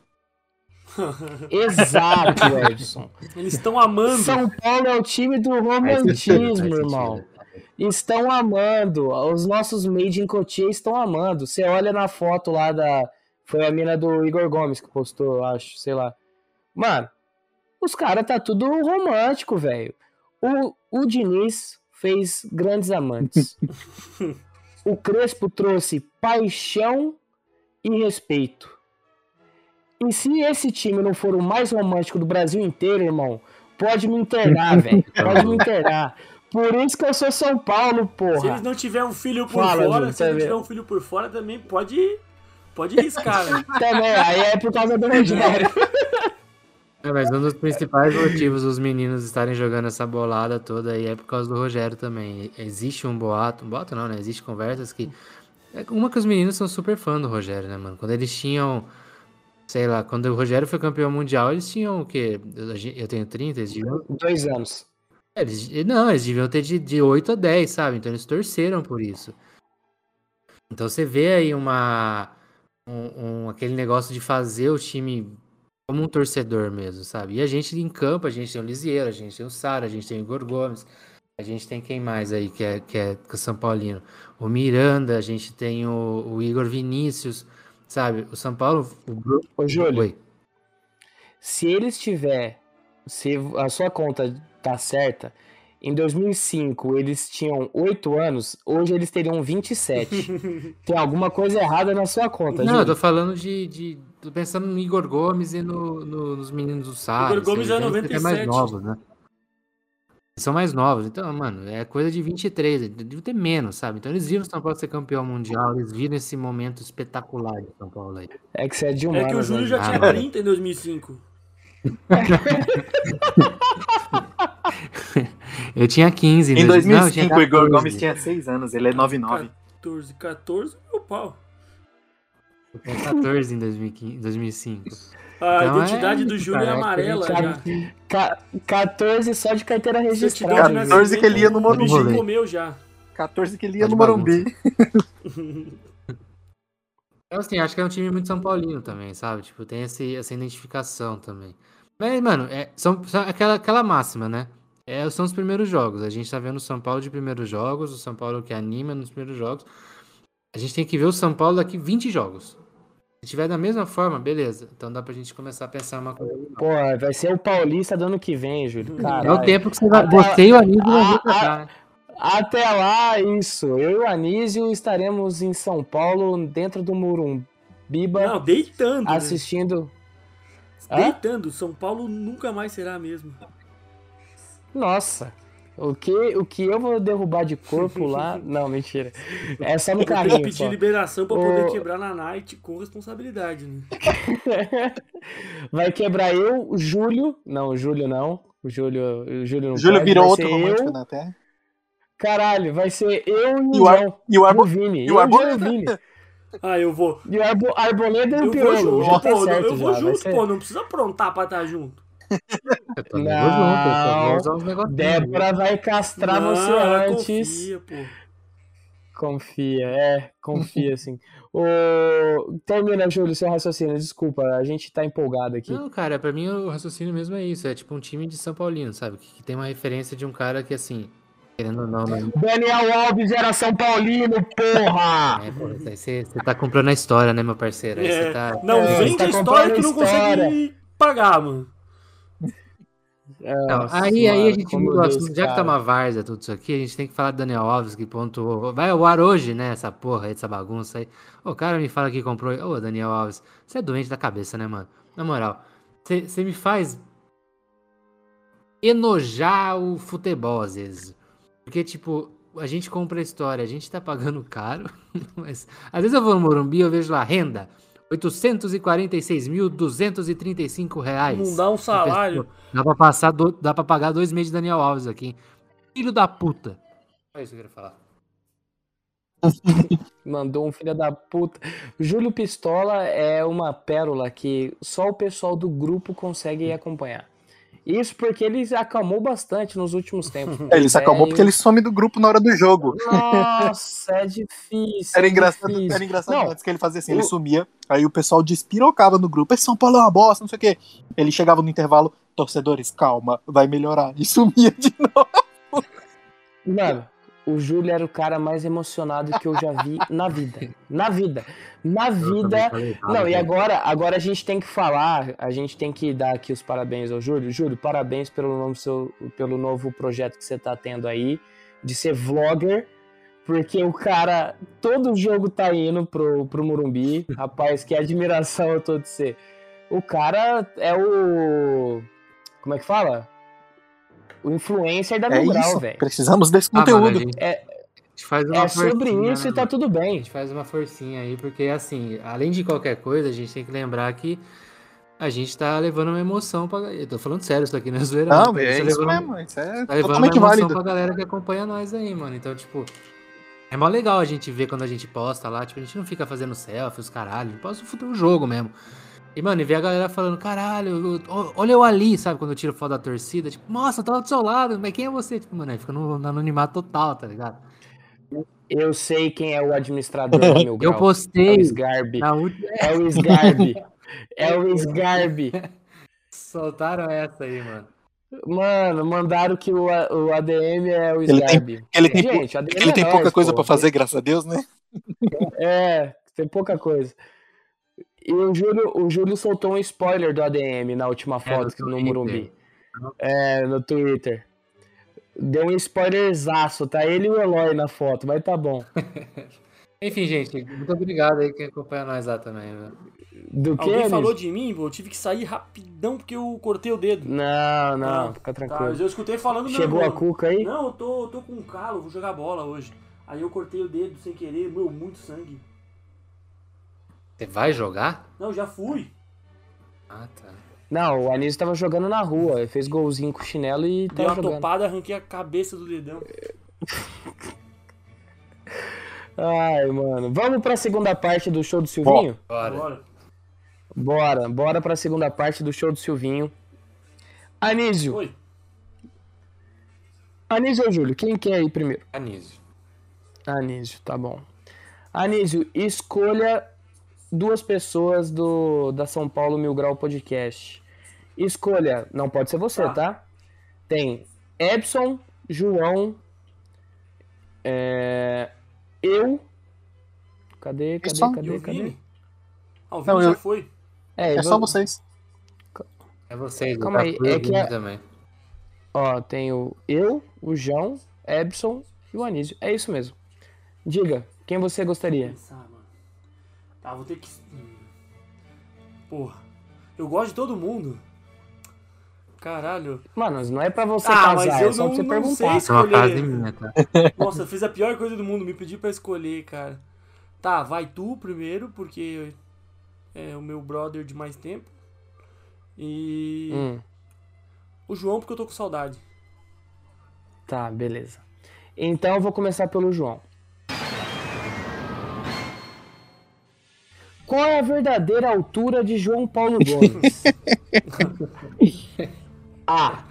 Exato, Edson. Eles estão amando. São Paulo é o time do romantismo, irmão. Estão amando. Os nossos made in Cotia estão amando. Você olha na foto lá Foi a mina do Igor Gomes que postou, eu acho, sei lá. Mano, os caras tá tudo romântico, velho. O Diniz fez grandes amantes. O Crespo trouxe paixão e respeito. E se esse time não for o mais romântico do Brasil inteiro, irmão, pode me internar, velho. Pode me internar. Por isso que eu sou São Paulo, porra. Se eles não tiverem um filho por Fala, fora, Júlio, se ele tá tiver um filho por fora, também pode riscar, velho. Também, aí é por causa do Rogério. Mas um dos principais motivos dos meninos estarem jogando essa bolada toda aí é por causa do Rogério também. Existe um boato não, né? Existe conversas que... Uma que os meninos são super fã do Rogério, né, mano? Quando eles tinham... Sei lá, quando o Rogério foi campeão mundial, eles tinham o quê? Eu tenho 30, eles deviam... 2 anos. Eles deviam ter de 8 a 10, sabe? Então eles torceram por isso. Então você vê aí aquele negócio de fazer o time como um torcedor mesmo, sabe? E a gente em campo, a gente tem o Lisieiro, a gente tem o Sara, a gente tem o Igor Gomes, a gente tem quem mais aí que é São Paulino? O Miranda, a gente tem o Igor Vinícius, sabe? O São Paulo... Ô, Júlio, Oi. se a sua conta tá certa, em 2005 eles tinham 8 anos, hoje eles teriam 27. Tem alguma coisa errada na sua conta, Não, Júlio. eu tô falando tô pensando no Igor Gomes e nos meninos do Sara. Igor Gomes é 97. Mais novos, né? Eles são mais novos. Então, mano, é coisa de 23. Deve ter menos, sabe? Então eles viram o São Paulo ser campeão mundial. Eles viram esse momento espetacular de São Paulo aí. É que você é de humanas, É que o Júlio já tinha mano. 30 em 2005. Eu tinha 15. Em 2005 o Igor 14. Gomes tinha 6 anos, ele é 99. 14, meu pau. Eu tinha 14 em 2005. A Então identidade do Júlio é cara, amarela já. 14 só de carteira Certidão registrada. de 14 que ele ia no o Morumbi. bichinho comeu já. 14 que ele ia Tá de no Morumbi. Então, assim, acho que é um time muito São Paulino também, sabe? Tipo, tem essa identificação também. Mas, mano, são aquela máxima, né? São os primeiros jogos. A gente tá vendo o São Paulo de primeiros jogos, o São Paulo que anima nos primeiros jogos. A gente tem que ver o São Paulo daqui 20 jogos. Se tiver da mesma forma, beleza. Então dá pra gente começar a pensar uma coisa. Pô, vai ser o Paulista do ano que vem, Júlio. Caralho. É o tempo que você e o Anísio vão vir pra cá. Até lá, isso. Eu e o Anísio estaremos em São Paulo, dentro do Morumbiba, Não, deitando. assistindo. Né? Deitando. São Paulo nunca mais será mesmo. Nossa. O que eu vou derrubar de corpo lá? Não, mentira. É só no Eu tenho que carrinho. pedir Só. liberação pra poder quebrar na night com responsabilidade, né? Vai quebrar eu, o Júlio. Não, o Júlio não. O Júlio não O Júlio pode, virou vai outro ser romântico eu. na Terra. Caralho, vai ser eu e E o o João. e o Arbo- Vini. e o Arboleda. Vini. Ah, eu vou. E o Arboleda e o Eu vou Pirolo. junto, Já tá pô. certo, Eu vou já. junto, Vai ser- pô. Não precisa aprontar pra estar junto. Eu também vou junto, eu só vou usar uns negocinhos. Débora vai castrar Não, você ela antes. confia, pô. Confia, sim. Termina, Júlio, seu raciocínio. Desculpa, a gente tá empolgado aqui. Não, cara, pra mim o raciocínio mesmo é isso. É tipo um time de São Paulino, sabe? Que tem uma referência de um cara que, assim, querendo ou não... Daniel Alves era São Paulino, porra! Pô, aí você tá comprando a história, né, meu parceiro? Aí você tá... Não, É, vende tá a história comprando que não história. consegue pagar, mano. Não, Nossa, aí a mano, gente como muda o Deus, assunto. Já que tá cara. uma várzea tudo isso aqui, a gente tem que falar do Daniel Alves, que pontuou. Vai ao ar hoje, né? Essa porra aí, essa bagunça aí. O cara me fala que comprou. Ô, Daniel Alves, você é doente da cabeça, né, mano? Na moral, você me faz enojar o futebol às vezes. Porque, tipo, a gente compra a história, a gente tá pagando caro, mas às vezes eu vou no Morumbi e eu vejo lá, renda. R$846.235. Não dá um salário. Dá pra pagar 2 meses de Daniel Alves aqui. Filho da puta. É isso que eu queria falar. Mandou um filho da puta. Júlio Pistola é uma pérola que só o pessoal do grupo consegue acompanhar. Isso porque ele acalmou bastante nos últimos tempos. Ele se acalmou porque ele some do grupo na hora do jogo. Nossa, é difícil. Era é engraçado, difícil. era engraçado Não, antes que ele fazia assim, ele sumia, aí o pessoal despirocava no grupo, esse São Paulo é uma bosta, não sei o quê. Ele chegava no intervalo, torcedores, calma, vai melhorar, e sumia de novo. Mano, o Júlio era o cara mais emocionado que eu já vi na vida. Na vida. Não, e agora a gente tem que falar, a gente tem que dar aqui os parabéns ao Júlio. Júlio, parabéns pelo novo projeto que você tá tendo aí, de ser vlogger, porque o cara, todo jogo tá indo pro Morumbi. Rapaz, que admiração eu tô de ser. O cara é o... Como é que fala? O influencer da Mil Grau, velho. Precisamos desse conteúdo. Mano, a gente faz uma sobre isso, né, e tá tudo A bem. gente faz uma forcinha aí, porque assim, além de qualquer coisa, a gente tem que lembrar que a gente tá levando uma emoção pra... Eu tô falando sério, isso aqui não é zoeira. Não, é isso mesmo. Isso é tá levando totalmente uma emoção válido pra galera que acompanha nós aí, mano. Então, tipo, é mó legal a gente ver quando a gente posta lá. Tipo, a gente não fica fazendo selfie, os caralho. A gente posta o jogo mesmo. E, mano, e ver a galera falando, caralho, olha eu ali, sabe? Quando eu tiro foto da torcida, tipo, nossa, eu tava do seu lado, mas quem é você? Tipo, mano, aí fica no anonimato total, tá ligado? Eu sei quem é o administrador do Mil Grau. Eu postei. É o Sgarbi. Na última... É o Sgarbi. É o Sgarbi. Soltaram essa aí, mano. Mano, mandaram que o ADM é o Sgarbi. Gente, ele tem pouca coisa pra fazer, graças a Deus, né? Tem pouca coisa. E o Júlio soltou um spoiler do ADM na última foto no Morumbi. No Twitter. Deu um spoilerzaço, tá ele e o Eloy na foto, mas tá bom. Enfim, gente, muito obrigado aí quem acompanha nós lá também, velho. Do que? Alguém falou de mim, pô? Eu tive que sair rapidão porque eu cortei o dedo. Não, fica tranquilo. Tá, eu escutei falando Chegou a cuca aí? Não, eu tô com um calo, vou jogar bola hoje. Aí eu cortei o dedo sem querer, muito sangue. Você vai jogar? Não, já fui. Ah, tá. Não, o Anísio tava jogando na rua, fez golzinho com chinelo e Dei tava uma jogando. topada, arranquei a cabeça do dedão. Ai, mano. Vamos pra segunda parte do show do Silvinho? Bora pra segunda parte do show do Silvinho. Anísio. Oi. Anísio ou Júlio? Quem quer ir primeiro? Anísio, tá bom. Anísio, escolha duas pessoas da São Paulo Mil Grau Podcast. Escolha, não pode ser você, tá? Tem Ebson, João, eu. Cadê? O Vini já foi. É só vocês. É vocês, calma aí, também. Ó, tem eu, o João, Ebson e o Anísio. É isso mesmo. Diga, quem você gostaria? Tá, vou ter que... Porra, eu gosto de todo mundo. Caralho. Mano, não é pra você casar, mas eu é só pra você perguntar. Sei escolher. Minha, tá? Nossa, eu fiz a pior coisa do mundo, me pedi pra escolher, cara. Tá, vai tu primeiro, porque é o meu brother de mais tempo. E... o João, porque eu tô com saudade. Tá, beleza. Então eu vou começar pelo João. Qual é a verdadeira altura de João Paulo Gomes? A.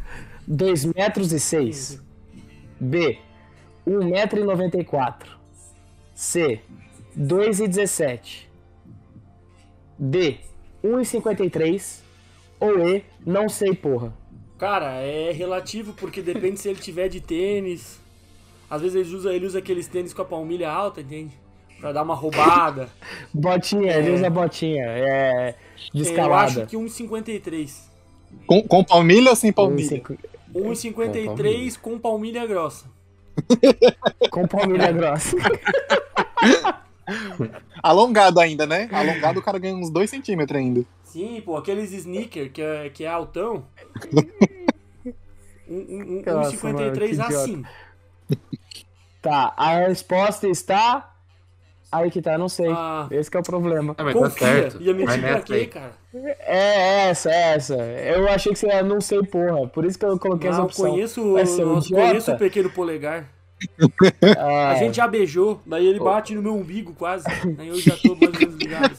2,06 m. B. 1,94 m. C. 2,17 m. D. 1,53 m. Ou E. Não sei, porra. Cara, é relativo, porque depende se ele tiver de tênis. Às vezes ele usa aqueles tênis com a palmilha alta, entende? Pra dar uma roubada. Botinha, ele usa botinha. Descalada. Eu acho que 1,53. Com palmilha ou sem palmilha? 1,53 com palmilha grossa. Com palmilha grossa. Alongado ainda, né? Alongado o cara ganha uns 2 centímetros ainda. Sim, pô, aqueles sneaker que é altão. 1,53 assim. Tá, a resposta está... Aí que tá, não sei. Esse que é o problema. Mas tá certo. Ia mentir pra quê, cara? É essa. Eu achei que você ia não sei, porra. Por isso que eu coloquei essa opção. Conheço o pequeno polegar. A gente já beijou, daí ele bate no meu umbigo quase. Aí eu já tô mais ou menos ligado.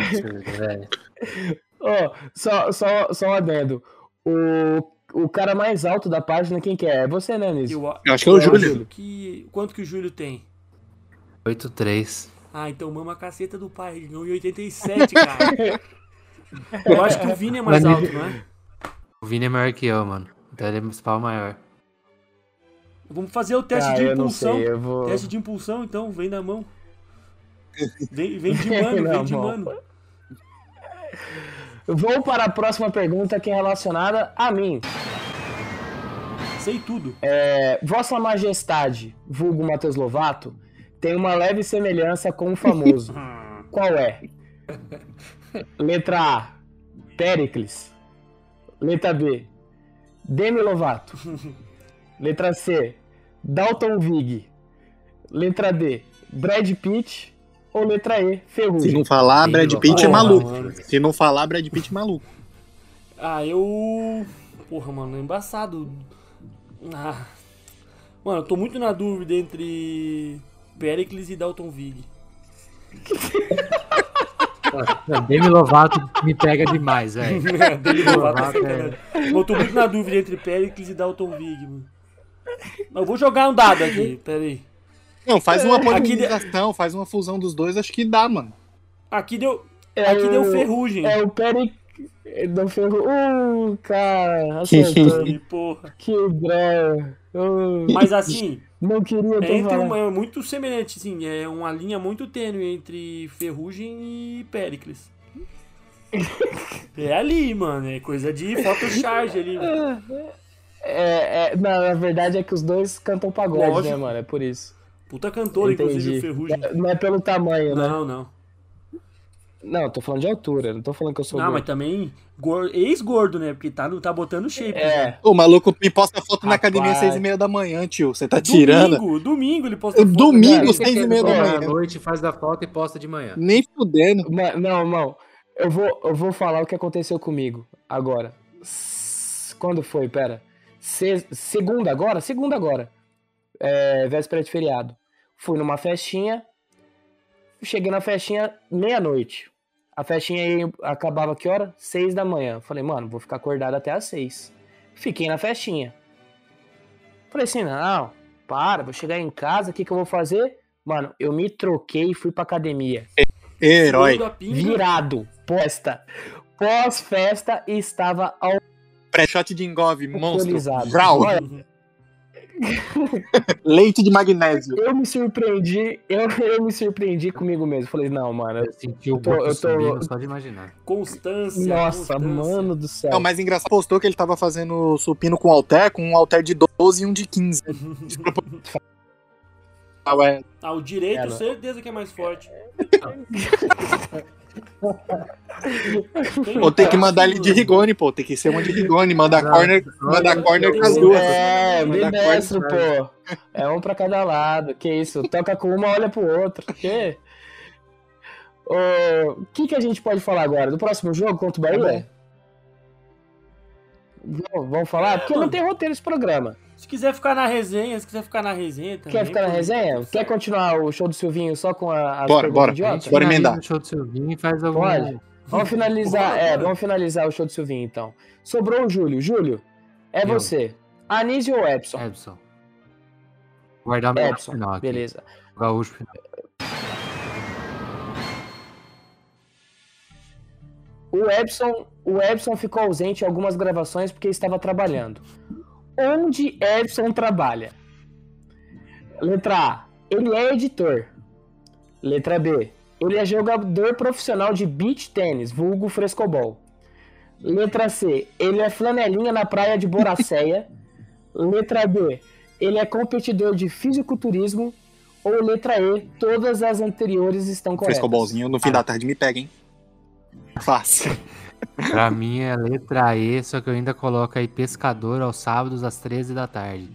Só um adendo. O cara mais alto da página, quem que é? É você, né, Nisso? Eu acho que é o Júlio. Quanto que o Júlio tem? 8,3. Então mama a caceta do pai. Ele ganhou em 87, cara. Eu acho que o Vini é mais alto, não é? O Vini é maior que eu, mano. Então ele é principal maior. Vamos fazer o teste de eu não impulsão. sei, eu vou... Teste de impulsão, então, vem na mão. Vem de mano, vem de mano. Vou para a próxima pergunta que é relacionada a mim. Sei tudo. Vossa Majestade, vulgo Matheus Lovato, tem uma leve semelhança com o famoso. Qual é? Letra A, Péricles. Letra B, Demi Lovato. Letra C, Dalton Vig. Letra D, Brad Pitt. Ou letra E, Ferrugem. Se não falar, Demi Brad Pitt Lovato. é maluco. Mano. Se não falar, Brad Pitt é maluco. Eu... Porra, mano, é embaçado. Mano, eu tô muito na dúvida entre Péricles e Dalton Vig. Demi Lovato me pega demais, velho. Demi Lovato Lovato Eu tô muito na dúvida entre Péricles e Dalton Vig, mano. Eu vou jogar um dado aqui, peraí. Não, faz uma Aqui polinização, faz uma fusão dos dois, acho que dá, mano. Aqui deu o- Ferrugem. É o Péricles. Não Ferrugem. Cara, acertou. E, porra. Que droga. Mas assim, Não queria ter falado. é muito semelhante, assim, é uma linha muito tênue entre Ferrugem e Péricles. É ali, mano, é coisa de photocharge ali. Mano. Na verdade é que os dois cantam pagode, Lógico. né, mano? É por isso. Puta cantor, inclusive, o Ferrugem. Não é pelo tamanho, né? Não. Não, tô falando de altura, não tô falando que eu sou Não, mas gordo. também ex-gordo, né? Porque tá botando shape. né? É, O maluco me posta foto na Rapaz. academia às 6h30 da manhã, tio. Você tá tirando? Domingo ele postou foto. Domingo, Cara, 6h30 da À manhã. noite, faz da foto e posta de manhã. Nem fudendo. não, irmão. Eu vou falar o que aconteceu comigo agora. Quando foi? Pera. Segunda agora? Segunda agora. Véspera de feriado. Fui numa festinha. Cheguei na festinha meia-noite. A festinha aí acabava que hora? 6 da manhã. Falei, mano, vou ficar acordado até às 6. Fiquei na festinha. Falei assim, não, vou chegar em casa, o que eu vou fazer? Mano, eu me troquei e fui pra academia. Herói. Furo da pinga. Virado, pós-festa e estava Pré-shot de engove, monstro. alcoolizado. Vral. Olha, Leite de magnésio. eu me surpreendi comigo mesmo. Falei, não, mano. Eu senti o Eu tô- corpo eu tô- subindo só de imaginar. Constância. Nossa, constância. mano do céu. Não, mas engraçado, postou que ele tava fazendo supino com um halter de 12 e um de 15. O direito, Não. certeza que é mais forte. Pô, tem que mandar ele de rigone, pô. Tem que ser uma de rigone. Manda corner com as duas. Bidestro, pô. É um pra cada lado. Que isso? Toca com uma, olha pro outro. Que? O que a gente pode falar agora? Do próximo jogo contra o Bahia? Vamos falar? Porque não tem roteiro esse programa. Se quiser ficar na resenha, também. Quer ficar na pô, resenha? tudo Quer certo. continuar o show do Silvinho só com as Bora, perguntas bora. idiotas? Bora Finaliza emendar. o show do Silvinho e faz algum... Pode. Vamos finalizar, Bora. vamos finalizar o show do Silvinho, então. Sobrou o Júlio. Júlio, é Eu. você. Anísio ou Epson? Epson. Guardar o melhor Epson, final aqui. beleza. O gaúcho final. O Epson ficou ausente em algumas gravações porque estava trabalhando. Onde Epson trabalha? Letra A, ele é editor. Letra B, ele é jogador profissional de beach tênis, vulgo frescobol. Letra C, ele é flanelinha na praia de Boracéia. Letra D, ele é competidor de fisiculturismo. Ou letra E, todas as anteriores estão corretas. Frescobolzinho no fim da tarde me pega, hein? Fácil. Pra mim é letra E, só que eu ainda coloco aí pescador aos sábados às 13 da tarde.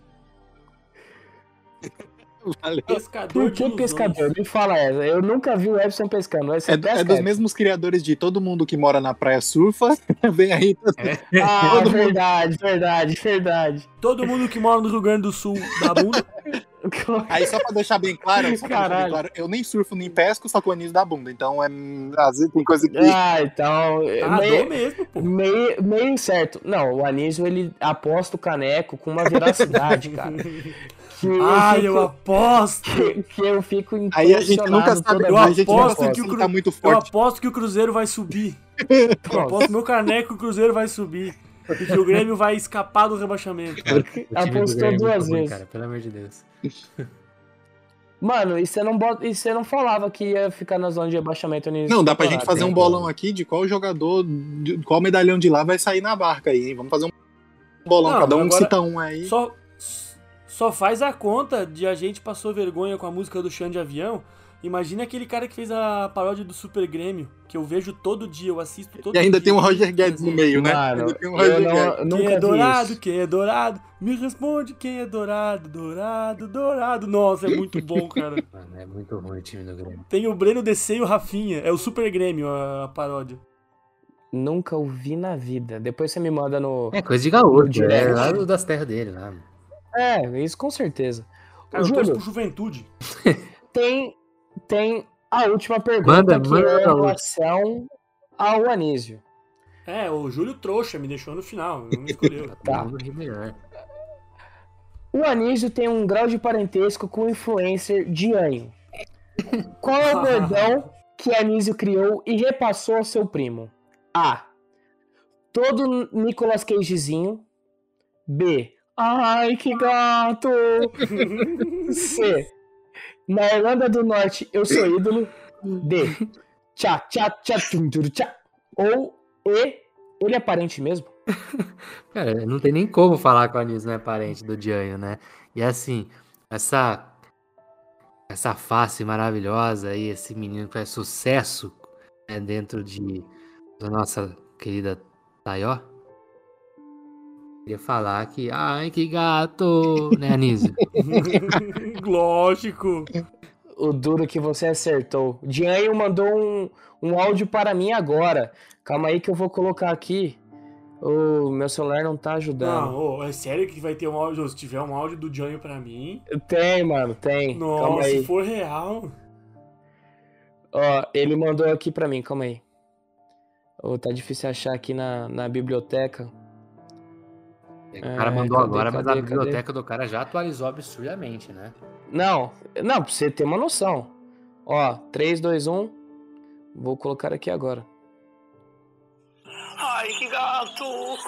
Valeu. Pescador Por de que ilusões. pescador? Me fala essa. Eu nunca vi o Epson pescando. Você É pesca, dos Epson? mesmos criadores de todo mundo que mora na praia surfa. Vem aí. Ah, Todo mundo. verdade. Todo mundo que mora no Rio Grande do Sul da bunda. Aí só pra deixar bem claro, Caralho. eu nem surfo nem pesco, só com o anísio da bunda. Então às vezes tem coisa que. Então. Nadou mesmo, pô. Meio certo. Não, o Anísio ele aposta o caneco com uma veracidade, cara. Que Eu aposto. que eu fico Aí a gente nunca impressionado sabe, toda a vez gente eu nunca aposto sabe aposto. se ele tá muito Eu forte. aposto que o Cruzeiro vai subir. Eu aposto meu caneco que o Cruzeiro vai subir. Porque o Grêmio vai escapar do rebaixamento. Cara, o time do Apostou Grêmio é muito duas ruim, vezes. cara, pelo amor de Deus. Mano, e você não falava que ia ficar na zona de rebaixamento nisso? Não, dá pra gente fazer um bolão aqui de qual jogador, de qual medalhão de lá vai sair na barca aí, hein? Vamos fazer um bolão, Não, cada um agora cita um aí. Só faz a conta de a gente passou vergonha com a música do Chão de Avião. Imagina aquele cara que fez a paródia do Super Grêmio, que eu vejo todo dia, eu assisto todo E dia. ainda tem o Roger Guedes no meio, né? Mano, Ainda tem o Roger Guedes. Quem nunca é vi dourado, isso. quem é dourado? Me responde quem é dourado, dourado, dourado. Nossa, é muito bom, cara. Mano, é muito ruim o time do Grêmio. Tem o Breno DC e o Rafinha. É o Super Grêmio a paródia. Nunca ouvi na vida. Depois você me manda no... É coisa de gaúcho, direct. é lá das terras dele, lá. Isso com certeza. Cara, eu torço Júlio, pro Juventude. tem a última pergunta que manda é em pra outra. relação ao Anísio. É, o Júlio Trouxa me deixou no final, não me escolheu. Tá. Todo mundo ri melhor. O Anísio tem um grau de parentesco com o influencer Dianho. Qual é o bordão que Anísio criou e repassou ao seu primo? A. Todo Nicolas Cagezinho. B. Ai, que gato! C. Na Irlanda do Norte, eu sou ídolo. D. Tchá, tchá, tchá, tum, tum, tchá. Ou E. Ele é parente mesmo? Cara, não tem nem como falar que o Anísio não é parente do Dianho, né? E assim, essa face maravilhosa aí, esse menino que faz sucesso, né, dentro da nossa querida Taió. Queria falar que, ai, que gato, né, Anísio? Lógico. O duro que você acertou. Dianho mandou um áudio para mim agora. Calma aí que eu vou colocar aqui. O meu celular não tá ajudando. Não, ô, é sério que vai ter um áudio? Se tiver um áudio do Dianho pra mim. Tem, mano, tem. Calma Nossa, aí. se for real. Ó, ele mandou aqui pra mim, calma aí. Ô, tá difícil achar aqui na biblioteca. O cara mandou cadê, agora, mas cadê, a biblioteca do cara já atualizou absurdamente, né? Não, pra você ter uma noção. Ó, 3, 2, 1. Vou colocar aqui agora. Ai, que gato!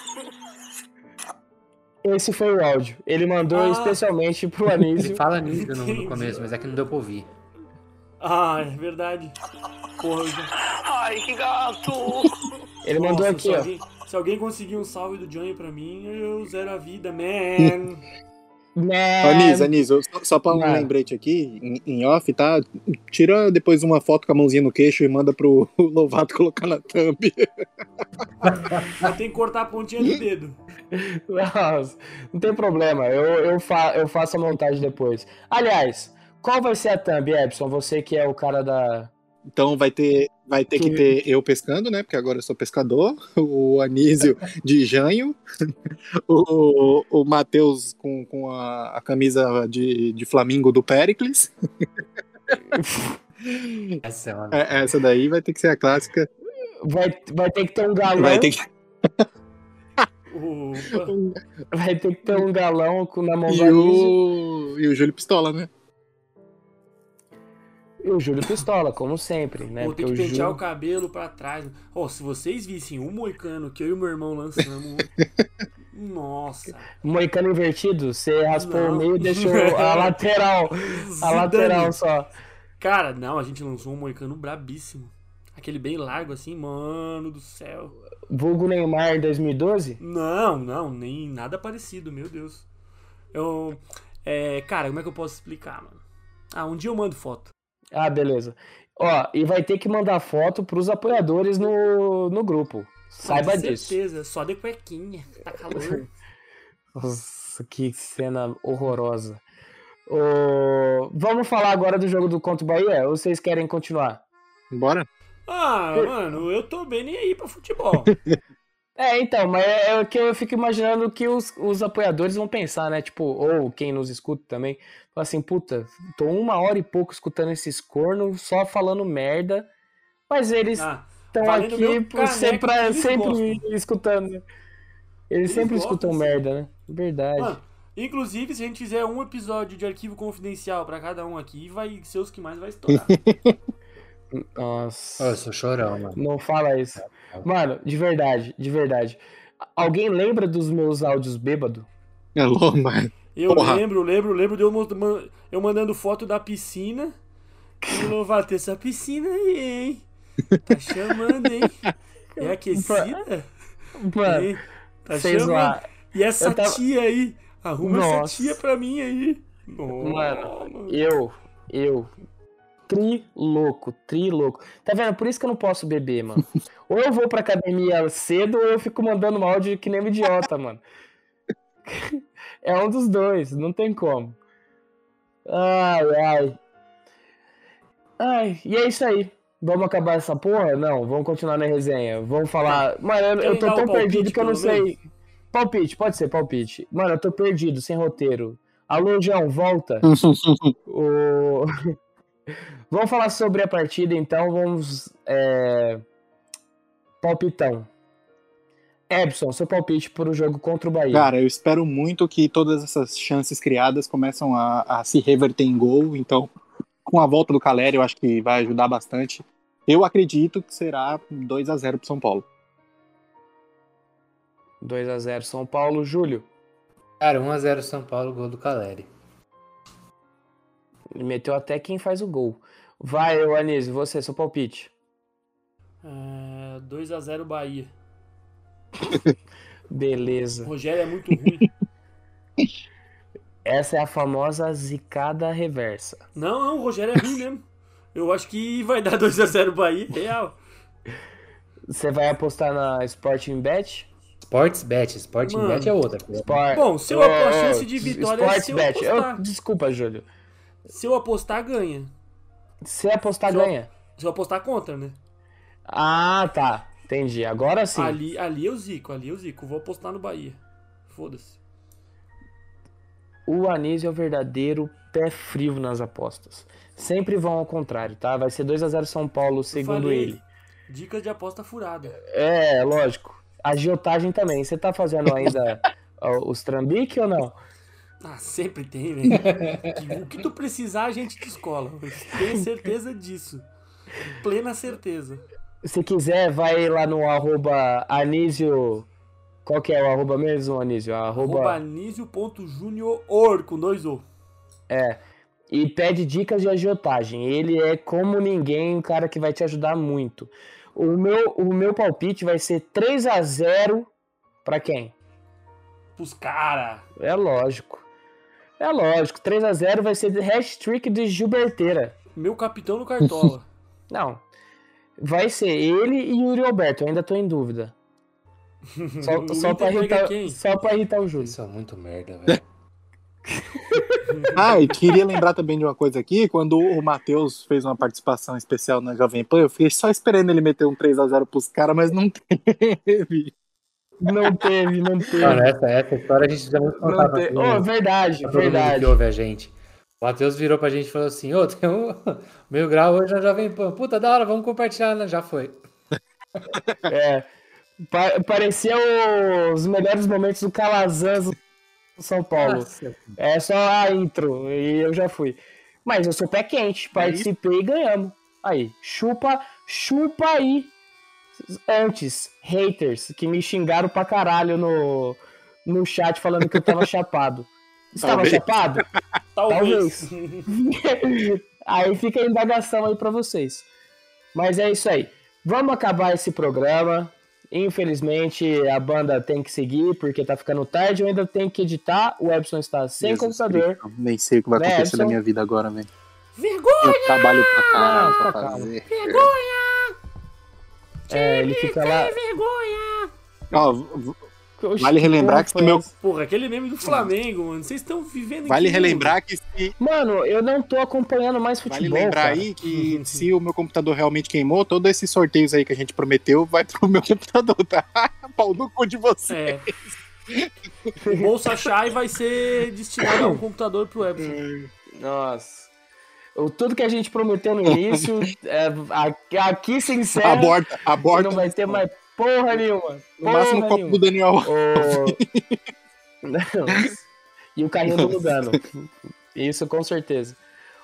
Esse foi o áudio. Ele mandou especialmente pro Anísio. Ele fala Anísio no Entendi. começo, mas é que não deu pra ouvir. Ah, é verdade. Porra, eu já... Ai, que gato! Ele mandou aqui, ó. Se alguém conseguir um salve do Johnny pra mim, eu zero a vida, man. Anísio, só pra um Mano. lembrete aqui, em off, tá? Tira depois uma foto com a mãozinha no queixo e manda pro Lovato colocar na thumb. Mas tem que cortar a pontinha do dedo. Nossa, não tem problema, eu faço a montagem depois. Aliás, qual vai ser a thumb, Epson? Você que é o cara da... Então vai ter que ter eu pescando, né? Porque agora eu sou pescador. O Anísio de Janho. O Matheus com a camisa de Flamingo do Péricles. Essa é uma... Essa daí vai ter que ser a clássica. Vai ter que ter um galão. Vai ter que... Vai ter que ter um galão na mão do E Anísio. o Júlio Pistola, né? E o Júlio Pistola, como sempre, né? Vou ter Porque que o pentear o Júlio... cabelo pra trás. Ó, se vocês vissem o moicano que eu e o meu irmão lançamos... Nossa. Moicano invertido, você raspou Não. o meio e deixou a lateral. A Zidane. lateral só. Cara, não, a gente lançou um moicano brabíssimo. Aquele bem largo assim, mano do céu. Vulgo Neymar em 2012? Não, nem nada parecido, meu Deus. Cara, como é que eu posso explicar, mano? Ah, um dia eu mando foto. Ah, beleza. Ó, e vai ter que mandar foto pros apoiadores no grupo. Saiba Com disso. certeza, só de cuequinha, tá calor. Nossa, que cena horrorosa. Vamos falar agora do jogo do contra o Bahia? Ou vocês querem continuar? Bora? Ah, mano, eu tô bem nem aí pra futebol. Então, mas é o que eu fico imaginando que os apoiadores vão pensar, né? Tipo, ou quem nos escuta também. Fala assim, puta, tô 1 hora e pouco escutando esses cornos só falando merda, mas eles estão valendo meu aqui caneco que eles sempre gostam. escutando. Eles Eles sempre gostam, escutam sim. merda, né? Verdade. Mano, inclusive, se a gente fizer um episódio de arquivo confidencial pra cada um aqui, vai ser os que mais vai estourar. Nossa. Eu sou chorão, mano. Não fala isso. Mano, de verdade, de verdade. Alguém lembra dos meus áudios bêbado? É louco, mano. Eu Porra. lembro de eu mandando foto da piscina. E o Lovato, essa piscina aí, hein? Tá chamando, hein? É aquecida? Mano, Hein? Tá vocês chamando. lá. E essa eu tava- tia aí? Arruma Nossa. essa tia pra mim aí. Mano, eu. Trilouco. Tá vendo? Por isso que eu não posso beber, mano. Ou eu vou pra academia cedo, ou eu fico mandando um áudio que nem um idiota, mano. É um dos dois, não tem como. Ai, e é isso aí. Vamos acabar essa porra? Não, vamos continuar na resenha. Vamos falar. Mano, eu tô Querem dar tão o perdido palpite, que eu não pelo sei. menos? Palpite, pode ser palpite. Mano, eu tô perdido, sem roteiro. Alô, João, volta. O... Vamos falar sobre a partida, então. Vamos. Palpitão. Ebson, seu palpite para o jogo contra o Bahia. Cara, eu espero muito que todas essas chances criadas começam a se reverter em gol. Então, com a volta do Caleri, eu acho que vai ajudar bastante. Eu acredito que será 2-0 pro São Paulo. 2-0 São Paulo. Júlio. Cara, 1-0 São Paulo, gol do Caleri. Ele meteu até quem faz o gol. Vai, Anísio, você, seu palpite. 2-0 Bahia. Beleza. O Rogério é muito ruim. Essa é a famosa zicada reversa. Não, o Rogério é ruim mesmo. Eu acho que vai dar 2-0 Bahia, real. Você vai apostar na Sporting Bet? Sporting Mano, Bet é outra. Bom, se eu a chance de vitória é se eu Bet. apostar. Desculpa, Júlio. Se eu apostar, ganha. Se apostar, Se eu- ganha. Se eu apostar, contra, né? Ah, tá. Entendi. Agora sim. Ali eu zico. Vou apostar no Bahia. Foda-se. O Anísio é o verdadeiro pé frio nas apostas. Sempre vão ao contrário, tá? Vai ser 2-0 São Paulo, segundo falei. ele. Dicas de aposta furada. É, lógico. Agiotagem também. Você tá fazendo ainda os trambique ou não? Ah, sempre tem, velho. O que tu precisar, a gente te escola. Tenho certeza disso. Plena certeza. Se quiser, vai lá no @Anísio. Qual que é o arroba mesmo, Anísio? Anísio.junior com 2 O. E pede dicas de agiotagem. Ele é como ninguém, um cara que vai te ajudar muito. O meu palpite vai ser 3-0 pra quem? Pros cara. É lógico. 3-0 vai ser hat-trick de Gilberteira. Meu capitão no Cartola. Não. Vai ser ele e Yuri Alberto. Eu ainda tô em dúvida. Só Inter pra pega irritar, quem? só pra irritar o Júlio. Isso é muito merda, velho. E queria lembrar também de uma coisa aqui. Quando o Matheus fez uma participação especial na Jovem Pan, eu fiquei só esperando ele meter um 3-0 pros caras, mas não teve. Não teve. Mano, essa história a gente já vai contar pra todo mundo. Verdade. Pra todo mundo que ouve a gente. O Matheus virou pra gente e falou assim: tem um Meio Grau hoje na Jovem Pan. Puta, da hora, vamos compartilhar, né? Já foi. Parecia os melhores momentos do Calazans do São Paulo. Nossa. É só a intro e eu já fui. Mas eu sou pé quente, participei e ganhamos. Aí, chupa aí. Antes, haters que me xingaram pra caralho no chat falando que eu tava chapado. Estava Talvez. chapado? Talvez. Aí fica a indagação aí pra vocês. Mas é isso aí. Vamos acabar esse programa. Infelizmente, a banda tem que seguir, porque tá ficando tarde. Eu ainda tenho que editar. O Ebson está sem Jesus computador. Cristo, nem sei o que vai Né, acontecer na Edson? minha vida agora, velho. Vergonha! Eu trabalho pra caralho pra calma. fazer. Ele fica lá. Vergonha! Vale relembrar que se meu... Porra, aquele meme do Flamengo, mano. Vocês estão vivendo Vale que relembrar que se... Mano, eu não tô acompanhando mais Vale futebol. lembrar cara. aí que se o meu computador realmente queimou, todos esses sorteios aí que a gente prometeu vai pro meu computador, tá? Pau no cu de você. É. O Bolsa Chai vai ser destinado a um computador pro Ebson. Nossa. Tudo que a gente prometeu no início, aqui se encerra. Aborta. E não vai ter mais porra nenhuma. No máximo o copo do Daniel. Não. E o carrinho do Lugano. Isso com certeza.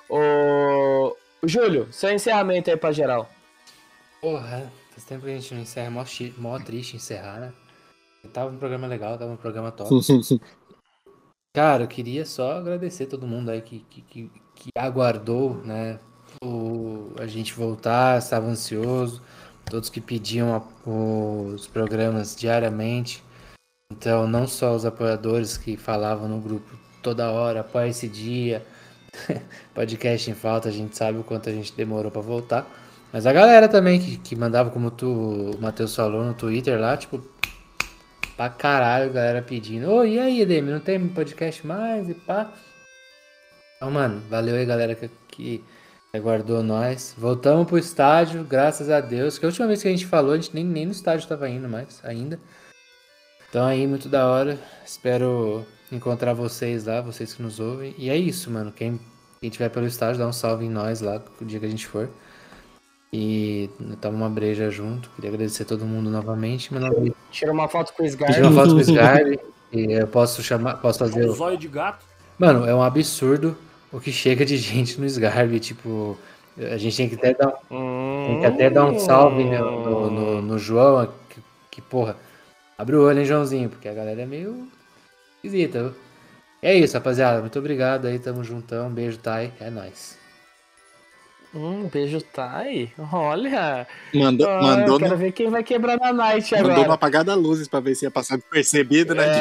Júlio, seu encerramento aí pra geral. Porra, faz tempo que a gente não encerra. Mó triste encerrar, né? Tava um programa legal, tava um programa top. Cara, eu queria só agradecer todo mundo aí que aguardou, né? A gente voltar, estava ansioso. Todos que pediam os programas diariamente. Então, não só os apoiadores que falavam no grupo toda hora, apoia esse dia, podcast em falta, a gente sabe o quanto a gente demorou pra voltar. Mas a galera também que mandava, como o Matheus falou no Twitter lá, tipo, pra caralho, a galera pedindo, ô, e aí, Edemir, não tem podcast mais e pá? Então, mano, valeu aí, galera que aguardou nós. Voltamos pro estádio, graças a Deus, que a última vez que a gente falou, a gente nem no estádio tava indo mais, ainda. Então aí, muito da hora. Espero encontrar vocês lá, vocês que nos ouvem. E é isso, mano. Quem tiver pelo estádio, dá um salve em nós lá, o dia que a gente for. E toma uma breja junto. Queria agradecer a todo mundo novamente. Tira uma foto com o Sgarbi. Tira uma foto com o Sgarbi. E eu posso fazer Um zóio de gato. Mano, é um absurdo o que chega de gente no Sgarbi. Tipo, a gente tem que até dar um salve no João, que porra. Abre o olho, hein, Joãozinho, porque a galera é meio esquisita. É isso, rapaziada. Muito obrigado aí, tamo juntão. Beijo, Thay. É nóis. Beijo, Thay. Olha. Mandou quero ver quem vai quebrar na night agora. Mandou no apagar das luzes pra ver se ia passar despercebido, né?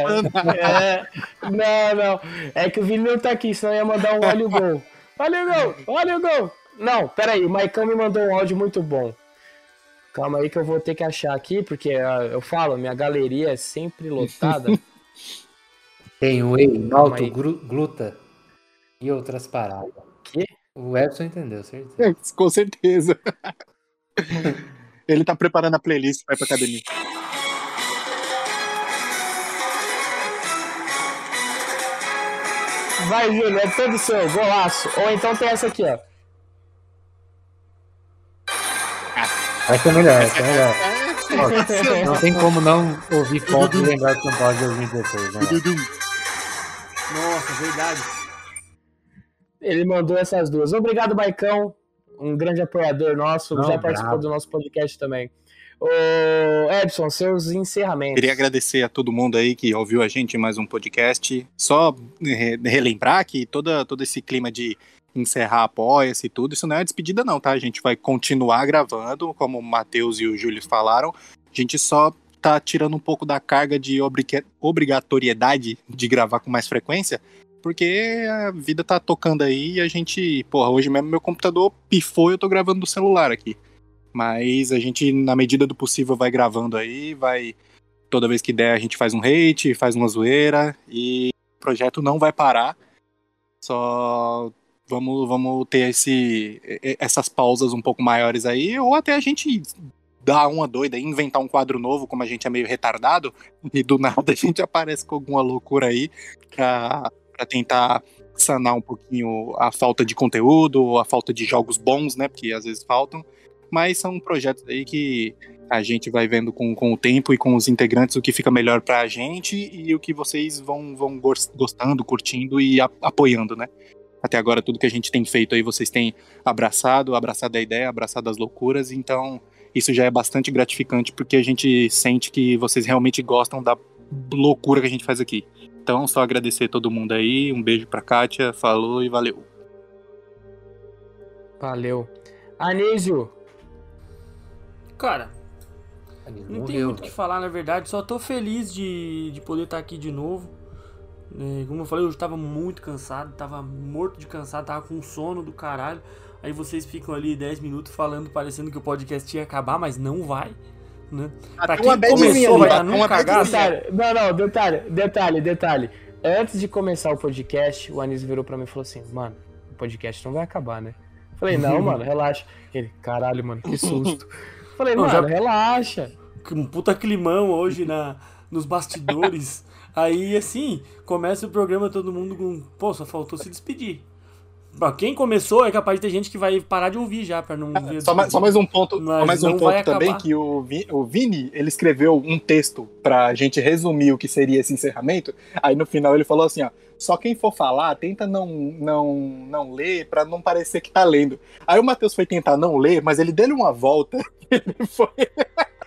Não. É que o Vini não tá aqui, senão ia mandar um olha o gol. Olha o gol. Não, peraí, o Maicão me mandou um áudio muito bom. Calma aí que eu vou ter que achar aqui, porque eu falo, minha galeria é sempre lotada. Tem whey, malto, gluta e outras paradas. Que? O Edson entendeu, certeza. Com certeza. Ele tá preparando a playlist pra ir pra academia. Vai, Júlio, é todo seu, golaço. Ou então tem essa aqui, ó. Vai ser melhor. Não tem como não ouvir foto e lembrar de São Paulo de 2016, né? Nossa, verdade. Ele mandou essas duas. Obrigado, Maicão. Um grande apoiador nosso. Já participou do nosso podcast também. Ô, Edson, seus encerramentos. Queria agradecer a todo mundo aí que ouviu a gente em mais um podcast. Só relembrar que todo esse clima de encerrar apoia-se e tudo, isso não é despedida não, tá? A gente vai continuar gravando, como o Matheus e o Júlio falaram. A gente só tá tirando um pouco da carga de obrigatoriedade de gravar com mais frequência, porque a vida tá tocando aí e a gente... Porra, hoje mesmo meu computador pifou e eu tô gravando do celular aqui. Mas a gente, na medida do possível, vai gravando aí, toda vez que der a gente faz um hate, faz uma zoeira, e o projeto não vai parar, só vamos ter essas pausas um pouco maiores aí, ou até a gente dar uma doida, inventar um quadro novo, como a gente é meio retardado, e do nada a gente aparece com alguma loucura aí, pra tentar sanar um pouquinho a falta de conteúdo, ou a falta de jogos bons, né, porque às vezes faltam. Mas são projetos aí que a gente vai vendo com o tempo e com os integrantes o que fica melhor pra gente e o que vocês vão gostando, curtindo e apoiando, né? Até agora tudo que a gente tem feito aí vocês têm abraçado a ideia, abraçado as loucuras, então isso já é bastante gratificante porque a gente sente que vocês realmente gostam da loucura que a gente faz aqui. Então só agradecer a todo mundo aí, um beijo pra Kátia, falou e valeu. Valeu. Anísio. Cara, não tem muito o que falar, na verdade. Só tô feliz de poder estar aqui de novo. Como eu falei, eu tava muito cansado, tava morto de cansado, tava com sono do caralho. Aí vocês ficam ali 10 minutos falando, parecendo que o podcast ia acabar, mas não vai, né? Pra quem começou, vai estar num cagaço. Detalhe. Antes de começar o podcast, o Anísio virou pra mim e falou assim: mano, o podcast não vai acabar, né? Eu falei, não, mano, relaxa. Ele, caralho, mano, que susto. Eu falei, mano, relaxa. Um puta climão hoje nos bastidores. Aí, assim, começa o programa, todo mundo com... Pô, só faltou se despedir. Pra quem começou, é capaz de ter gente que vai parar de ouvir já, pra não ver... Só mais um ponto, também, que o Vini, ele escreveu um texto pra gente resumir o que seria esse encerramento, aí no final ele falou assim, ó, só quem for falar, tenta não ler pra não parecer que tá lendo. Aí o Matheus foi tentar não ler, mas ele deu uma volta, ele foi...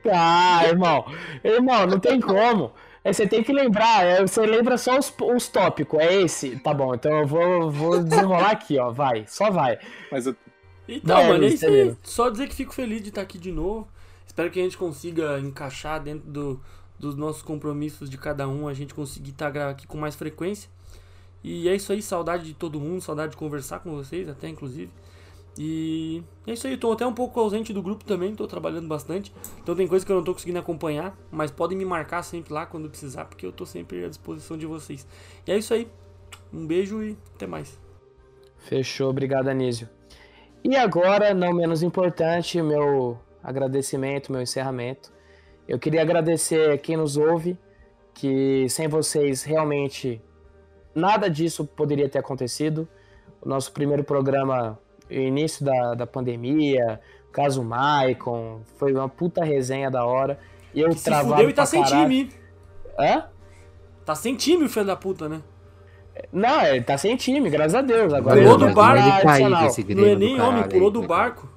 Ah, irmão, não tem como. Você tem que lembrar, você lembra só os tópicos, é esse? Tá bom, então eu vou desenrolar aqui, ó, só vai. Mas eu... Então, Vai, mano, é Luiz, isso aí. termina. Só dizer que fico feliz de estar aqui de novo. Espero que a gente consiga encaixar dentro dos nossos compromissos de cada um, a gente conseguir estar aqui com mais frequência. E é isso aí, saudade de todo mundo, saudade de conversar com vocês, até inclusive. E é isso aí, tô até um pouco ausente do grupo também, tô trabalhando bastante. Então tem coisa que eu não tô conseguindo acompanhar, mas podem me marcar sempre lá quando precisar, porque eu tô sempre à disposição de vocês. E é isso aí, um beijo e até mais. Fechou, obrigado, Anísio. E agora, não menos importante, meu agradecimento, meu encerramento. Eu queria agradecer quem nos ouve, que sem vocês realmente nada disso poderia ter acontecido. O nosso primeiro programa, o início da pandemia, o caso Maicon, foi uma puta resenha da hora. Eu Que se fudeu e tá sem time. Hã? Tá sem time o filho da puta, né? Não, ele tá sem time, graças a Deus. Agora Pulou ele do barco. Ele caiu adicional. desse Não é Grêmio nem do homem, caralho pulou aí, do né, barco.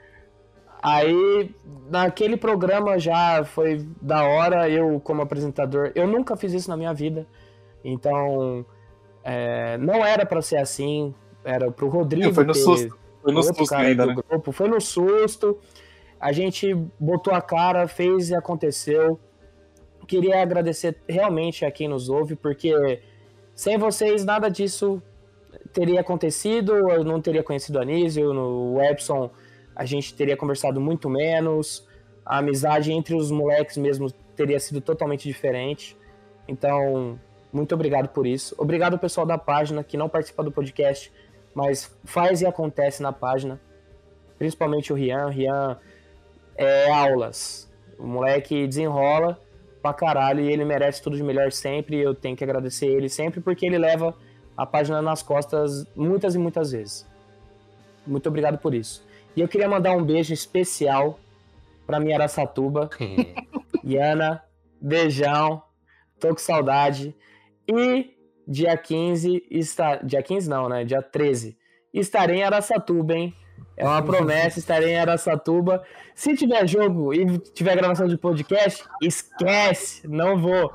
Aí, naquele programa já foi da hora, eu como apresentador, eu nunca fiz isso na minha vida, então não era pra ser assim, era pro Rodrigo Foi no ter susto. Foi no outro susto cara ainda, do né? grupo, foi no susto, a gente botou a cara, fez e aconteceu. Queria agradecer realmente a quem nos ouve, porque sem vocês nada disso teria acontecido, eu não teria conhecido o Anísio, no Epson a gente teria conversado muito menos, a amizade entre os moleques mesmo teria sido totalmente diferente. Então, muito obrigado por isso. Obrigado ao pessoal da página que não participa do podcast, mas faz e acontece na página. Principalmente o Rian. Rian é aulas. O moleque desenrola pra caralho e ele merece tudo de melhor sempre. Eu tenho que agradecer ele sempre porque ele leva a página nas costas muitas e muitas vezes. Muito obrigado por isso. E eu queria mandar um beijo especial pra minha Araçatuba. Iana, beijão. Tô com saudade. E dia 15, dia 15 não, né? Dia 13, estarei em Araçatuba, hein? É uma promessa, estarei em Araçatuba. Se tiver jogo e tiver gravação de podcast, esquece, não vou.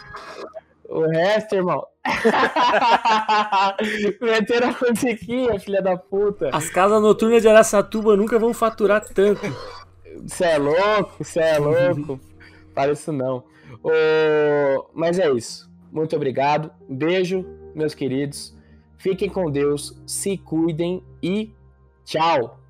O resto, irmão. Meteram a musiquinha, filha da puta. As casas noturnas de Araçatuba nunca vão faturar tanto. Cê é louco. Para isso não. Mas é isso. Muito obrigado. Beijo, meus queridos. Fiquem com Deus, se cuidem e tchau.